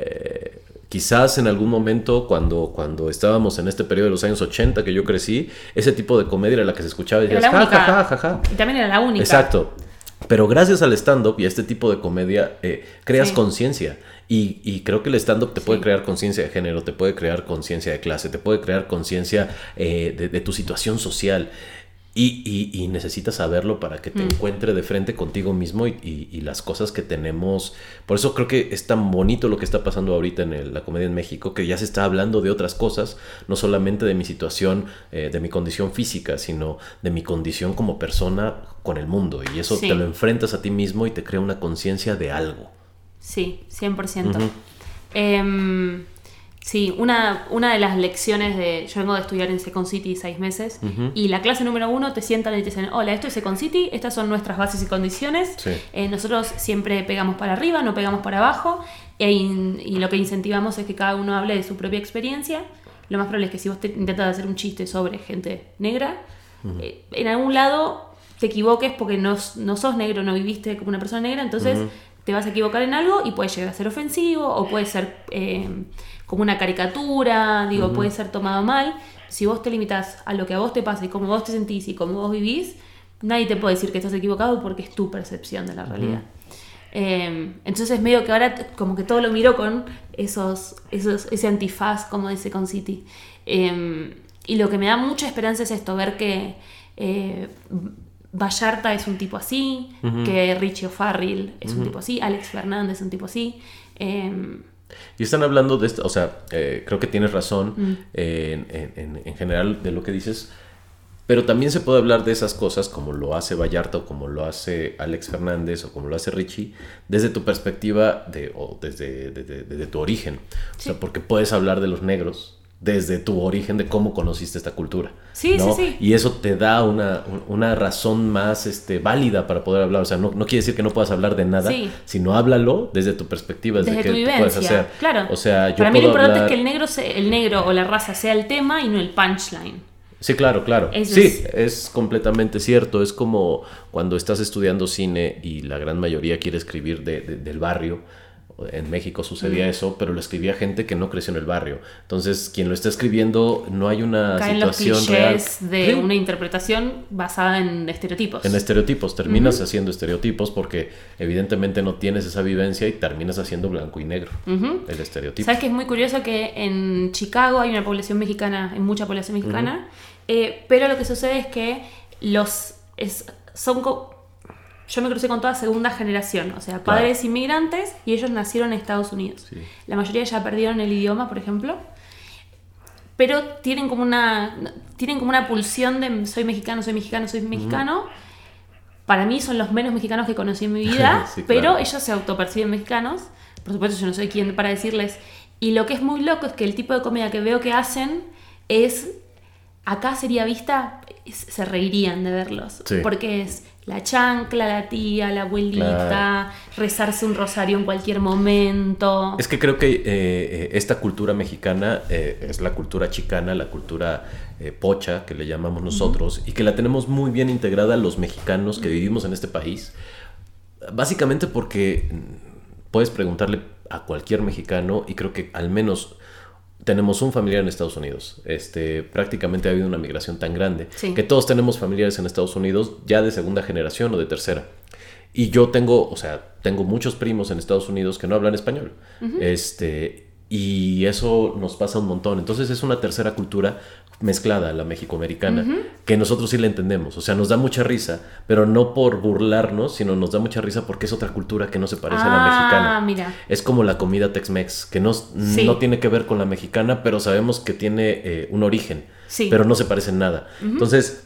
eh, quizás en algún momento cuando, cuando estábamos en este periodo de los años ochenta que yo crecí, ese tipo de comedia era la que se escuchaba y Era decías, la ja, única. ja, ja, ja, ja. Y también era la única. Exacto. Pero gracias al stand-up y a este tipo de comedia, eh, creas Sí. conciencia. Y, y creo que el stand-up te puede Sí. crear conciencia de género, te puede crear conciencia de clase, te puede crear conciencia eh, de, de tu situación social. Y, y- y necesitas saberlo para que te Mm. encuentre de frente contigo mismo y, y- y las cosas que tenemos. Por eso creo que es tan bonito lo que está pasando ahorita en el- la comedia en México, que ya se está hablando de otras cosas, no solamente de mi situación, eh, de mi condición física, sino de mi condición como persona con el mundo. Y eso Sí. te lo enfrentas a ti mismo y te crea una conciencia de algo. Sí, cien por ciento. Ujú. Em, Sí, una, una de las lecciones de... Yo vengo de estudiar en Second City seis meses uh-huh. y la clase número uno te sientan y te dicen, hola, esto es Second City, estas son nuestras bases y condiciones. Sí. Eh, nosotros siempre pegamos para arriba, no pegamos para abajo e in, y lo que incentivamos es que cada uno hable de su propia experiencia. Lo más probable es que si vos te intentas hacer un chiste sobre gente negra, uh-huh. eh, en algún lado te equivoques porque no, no sos negro, no viviste como una persona negra, entonces uh-huh. te vas a equivocar en algo y puede llegar a ser ofensivo o puede ser... Eh, como una caricatura, digo, uh-huh. puede ser tomado mal. Si vos te limitas a lo que a vos te pasa y cómo vos te sentís y cómo vos vivís, nadie te puede decir que estás equivocado porque es tu percepción de la realidad. Uh-huh. Eh, entonces medio que ahora como que todo lo miro con esos, esos ese antifaz como de Second City. Eh, y lo que me da mucha esperanza es esto, ver que eh, Vallarta es un tipo así, uh-huh. que Richie O'Farrill es uh-huh. un tipo así, Alex Fernández es un tipo así. Eh, Y están hablando de esto, o sea, eh, creo que tienes razón mm. eh, en, en, en general de lo que dices, pero también se puede hablar de esas cosas como lo hace Vallarta o como lo hace Alex Fernández o como lo hace Richie desde tu perspectiva de, o desde de, de, de, de tu origen. Sí. O sea, porque puedes hablar de los negros desde tu origen de cómo conociste esta cultura. Sí, ¿no? sí, sí. Y eso te da una, una razón más este, válida para poder hablar. O sea, no, no quiere decir que no puedas hablar de nada, sí. sino háblalo desde tu perspectiva, desde, desde que tu vivencia. Puedes hacer. Claro. O sea, yo para mí lo importante hablar... es que el negro, se, el negro o la raza sea el tema y no el punchline. Sí, claro, claro. Eso sí, es... es completamente cierto. Es como cuando estás estudiando cine y la gran mayoría quiere escribir de, de, del barrio. En México sucedía mm. eso, pero lo escribía gente que no creció en el barrio. Entonces, quien lo está escribiendo, no hay una Caen situación los real. de ¿Sí? una interpretación basada en estereotipos. En estereotipos. Terminas uh-huh. haciendo estereotipos porque evidentemente no tienes esa vivencia y terminas haciendo blanco y negro. Uh-huh. El estereotipo. ¿Sabes que es muy curioso que en Chicago hay una población mexicana, hay mucha población mexicana, uh-huh. eh, pero lo que sucede es que los es, son... Co- Yo me crucé con toda segunda generación, o sea, padres claro. inmigrantes y ellos nacieron en Estados Unidos. Sí. La mayoría ya perdieron el idioma, por ejemplo, pero tienen como una tienen como una pulsión de soy mexicano, soy mexicano, soy mexicano. Uh-huh. Para mí son los menos mexicanos que conocí en mi vida, sí, pero claro. ellos se autoperciben mexicanos. Por supuesto, yo no soy quien para decirles. Y lo que es muy loco es que el tipo de comedia que veo que hacen es... Acá sería vista, se reirían de verlos, sí. porque es la chancla, la tía, la abuelita, claro. rezarse un rosario en cualquier momento. Es que creo que eh, esta cultura mexicana eh, es la cultura chicana, la cultura eh, pocha, que le llamamos nosotros, uh-huh. y que la tenemos muy bien integrada los mexicanos que vivimos en este país, básicamente porque puedes preguntarle a cualquier mexicano y creo que al menos... Tenemos un familiar en Estados Unidos. Este, prácticamente ha habido una migración tan grande sí. que todos tenemos familiares en Estados Unidos ya de segunda generación o de tercera. Y yo tengo, o sea, tengo muchos primos en Estados Unidos que no hablan español. Uh-huh. Este, y eso nos pasa un montón. Entonces es una tercera cultura mezclada, la mexicoamericana, uh-huh. que nosotros sí la entendemos. O sea, nos da mucha risa, pero no por burlarnos, sino nos da mucha risa porque es otra cultura que no se parece ah, a la mexicana. Mira. Es como la comida Tex-Mex, que no, sí. no tiene que ver con la mexicana, pero sabemos que tiene eh, un origen, sí. pero no se parece en nada. Uh-huh. Entonces,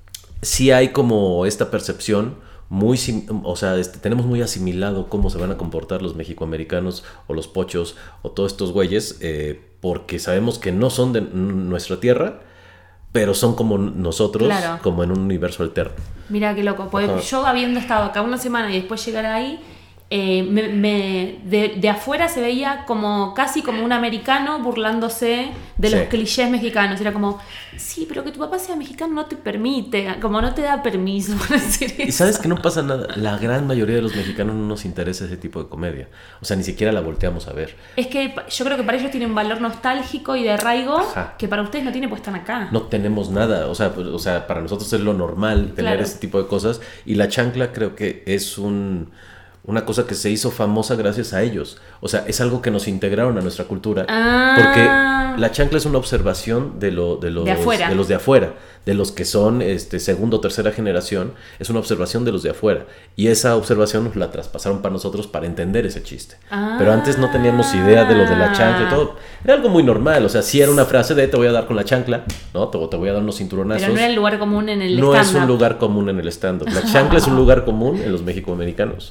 sí hay como esta percepción muy, o sea, este, tenemos muy asimilado cómo se van a comportar los mexicoamericanos o los pochos o todos estos güeyes, eh, porque sabemos que no son de nuestra tierra, pero son como nosotros, claro. como en un universo alterno. Mira qué loco, pues yo habiendo estado acá una semana y después llegar ahí, eh, me, me, de, de afuera se veía como casi como un americano burlándose de los sí. clichés mexicanos. Era como, sí, pero que tu papá sea mexicano no te permite, como no te da permiso para decir eso. Y sabes que no pasa nada, la gran mayoría de los mexicanos no nos interesa ese tipo de comedia. O sea, ni siquiera la volteamos a ver. Es que yo creo que para ellos tiene un valor nostálgico y de arraigo Ajá. que para ustedes no tiene, pues están acá. No tenemos nada, o sea, pues, o sea para nosotros es lo normal tener claro. ese tipo de cosas. Y la chancla creo que es un... una cosa que se hizo famosa gracias a ellos. O sea, es algo que nos integraron a nuestra cultura. Ah. Porque la chancla es una observación de, lo, de, los, de, afuera. de los de afuera. De los que son este, segunda o tercera generación. Es una observación de los de afuera. Y esa observación nos la traspasaron para nosotros para entender ese chiste. Ah. Pero antes no teníamos idea de lo de la chancla y todo. Era algo muy normal. O sea, sí era una frase de te voy a dar con la chancla, ¿no? Te, te voy a dar unos cinturonazos. Pero no era el lugar común en el no stand-up. No es un lugar común en el stand-up. La chancla es un lugar común en los mexicoamericanos. Qué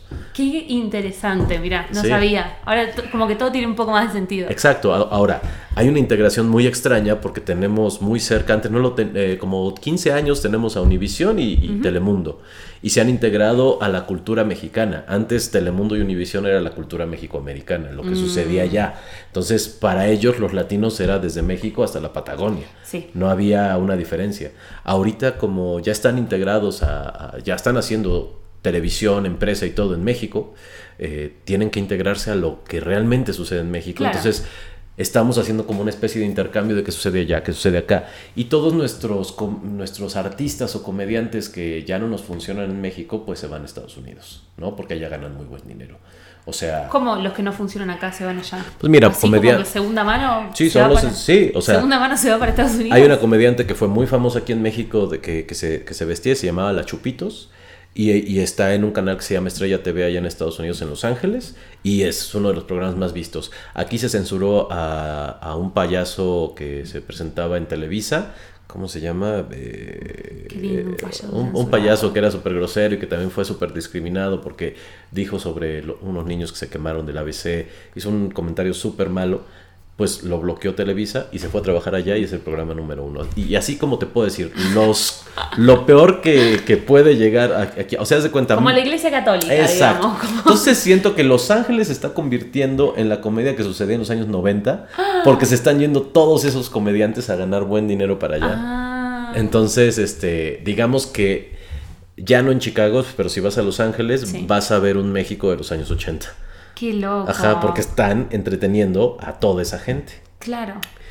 Qué interesante, mirá, no Sí. sabía. Ahora t- como que todo tiene un poco más de sentido. Exacto, a- ahora, hay una integración muy extraña porque tenemos muy cerca, antes no lo ten- eh, como quince años tenemos a Univisión y, y Telemundo, y se han integrado a la cultura mexicana. Antes Telemundo y Univisión era la cultura mexicoamericana, lo que Mm. sucedía allá. Entonces, para ellos los latinos era desde México hasta la Patagonia. Sí. No había una diferencia. Ahorita como ya están integrados, a, a- ya están haciendo televisión, empresa y todo en México, eh, tienen que integrarse a lo que realmente sucede en México. Claro. Entonces estamos haciendo como una especie de intercambio de qué sucede allá, qué sucede acá. Y todos nuestros, com- nuestros artistas o comediantes que ya no nos funcionan en México, pues se van a Estados Unidos, ¿no? Porque allá ganan muy buen dinero. O sea... ¿Cómo los que no funcionan acá se van allá? Pues mira, Así comedia- como que segunda mano. Sí, se son va los... para- Sí, o sea... segunda mano se va para Estados Unidos. Hay una comediante que fue muy famosa aquí en México de que, que, se, que se vestía, se llamaba La Chupitos, y, y está en un canal que se llama Estrella T V allá en Estados Unidos, en Los Ángeles, y es uno de los programas más vistos. Aquí se censuró a, a un payaso que se presentaba en Televisa. ¿Cómo se llama? Eh, Qué lindo, un payaso un, un censurado. payaso que era súper grosero y que también fue súper discriminado porque dijo sobre lo- unos niños que se quemaron del A B C. Hizo un comentario súper malo. Pues lo bloqueó Televisa y se fue a trabajar allá y es el programa número uno. Y así como te puedo decir, los lo peor que, que puede llegar a- aquí, o sea, haz de cuenta... Como la iglesia católica, Exacto. digamos. como- Entonces siento que Los Ángeles se está convirtiendo en la comedia que sucedía en los años noventa porque se están yendo todos esos comediantes a ganar buen dinero para allá. Ah. Entonces, este, digamos que ya no en Chicago, pero si vas a Los Ángeles, Sí. vas a ver un México de los años ochenta. Qué loco. Ajá, porque están entreteniendo a toda esa gente. Claro.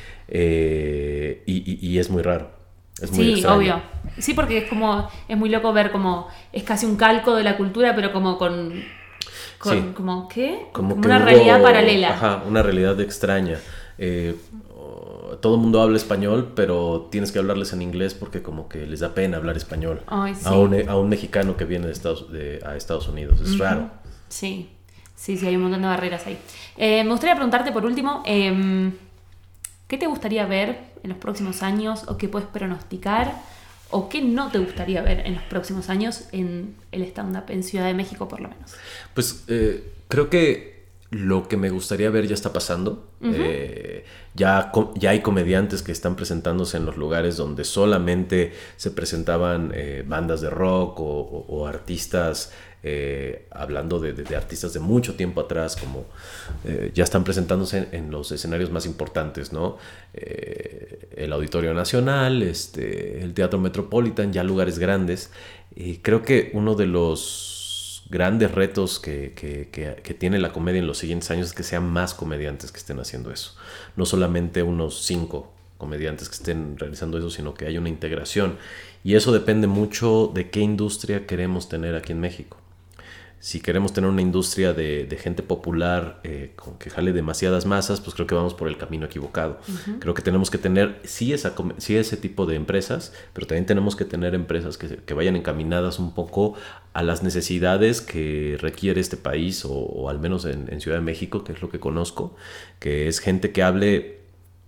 Eh, y, y- y es muy raro. Es muy Sí, extraño. obvio. Sí, porque es como, es muy loco ver como, es casi un calco de la cultura, pero como con, con Sí. como, ¿qué? Como, Como que una hubo- realidad paralela. Ajá, una realidad extraña. Eh, oh, todo el mundo habla español, pero tienes que hablarles en inglés porque como que les da pena hablar español. Ay, sí. a, un, a un mexicano que viene de Estados, de, a Estados Unidos. Es raro. Sí, sí, sí, hay un montón de barreras ahí. Eh, me gustaría preguntarte por último, eh, ¿qué te gustaría ver en los próximos años o qué puedes pronosticar o qué no te gustaría ver en los próximos años en el stand-up en Ciudad de México por lo menos? Pues eh, creo que lo que me gustaría ver ya está pasando. Eh, ya, co- ya hay comediantes que están presentándose en los lugares donde solamente se presentaban eh, bandas de rock o, o- o artistas, eh, hablando de, de- de artistas de mucho tiempo atrás, como eh, ya están presentándose en, en los escenarios más importantes, ¿no? Eh, el Auditorio Nacional, este, el Teatro Metropolitan, ya lugares grandes. Y creo que uno de los grandes retos que, que, que, que tiene la comedia en los siguientes años es que sean más comediantes que estén haciendo eso. No solamente unos cinco comediantes que estén realizando eso, sino que haya una integración. Y eso depende mucho de qué industria queremos tener aquí en México. Si queremos tener una industria de, de gente popular eh, con que jale demasiadas masas, pues creo que vamos por el camino equivocado. Uh-huh. Creo que tenemos que tener, sí, esa, sí ese tipo de empresas, pero también tenemos que tener empresas que, que vayan encaminadas un poco a las necesidades que requiere este país, o, o al menos en, en Ciudad de México, que es lo que conozco, que es gente que hable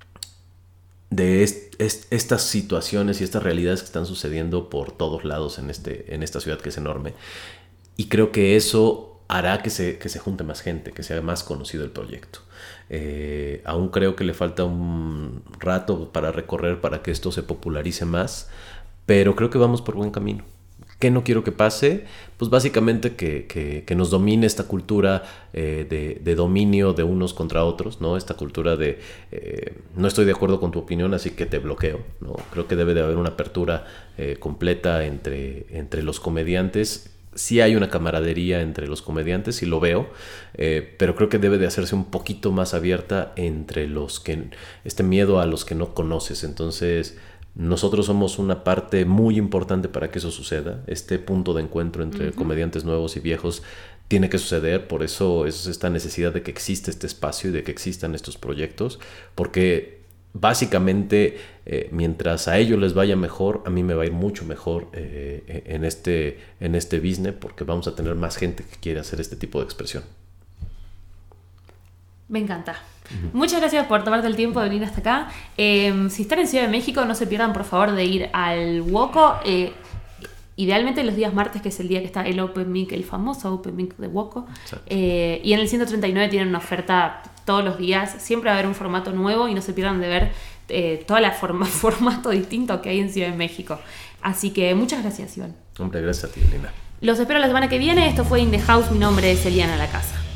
de est, est, estas situaciones y estas realidades que están sucediendo por todos lados en, este, en esta ciudad que es enorme. Y creo que eso hará que se, que se junte más gente, que sea más conocido el proyecto. Eh, aún creo que le falta un rato para recorrer para que esto se popularice más, pero creo que vamos por buen camino. ¿Qué no quiero que pase? Pues básicamente que, que, que nos domine esta cultura eh, de, de dominio de unos contra otros, ¿no? Esta cultura de eh, no estoy de acuerdo con tu opinión, así que te bloqueo, ¿no? Creo que debe de haber una apertura eh, completa entre, entre los comediantes. Sí hay una camaradería entre los comediantes, sí lo veo, eh, pero creo que debe de hacerse un poquito más abierta entre los que, este miedo a los que no conoces. Entonces, nosotros somos una parte muy importante para que eso suceda. Este punto de encuentro entre uh-huh. comediantes nuevos y viejos tiene que suceder, por eso es esta necesidad de que exista este espacio y de que existan estos proyectos, porque básicamente, eh, mientras a ellos les vaya mejor, a mí me va a ir mucho mejor eh, en, este, en este business, porque vamos a tener más gente que quiere hacer este tipo de expresión. Me encanta. Uh-huh. Muchas gracias por tomarte el tiempo de venir hasta acá. Eh, si están en Ciudad de México, no se pierdan por favor de ir al Woco. Eh, idealmente los días martes, que es el día que está el Open Mic, el famoso Open Mic de Woco. Eh, y en el ciento treinta y nueve tienen una oferta todos los días. Siempre va a haber un formato nuevo y no se pierdan de ver eh, todo el forma, formato distinto que hay en Ciudad de México. Así que muchas gracias, Iván. Hombre, gracias a ti, Elena. Los espero la semana que viene. Esto fue In The House. Mi nombre es Eliana La Casa.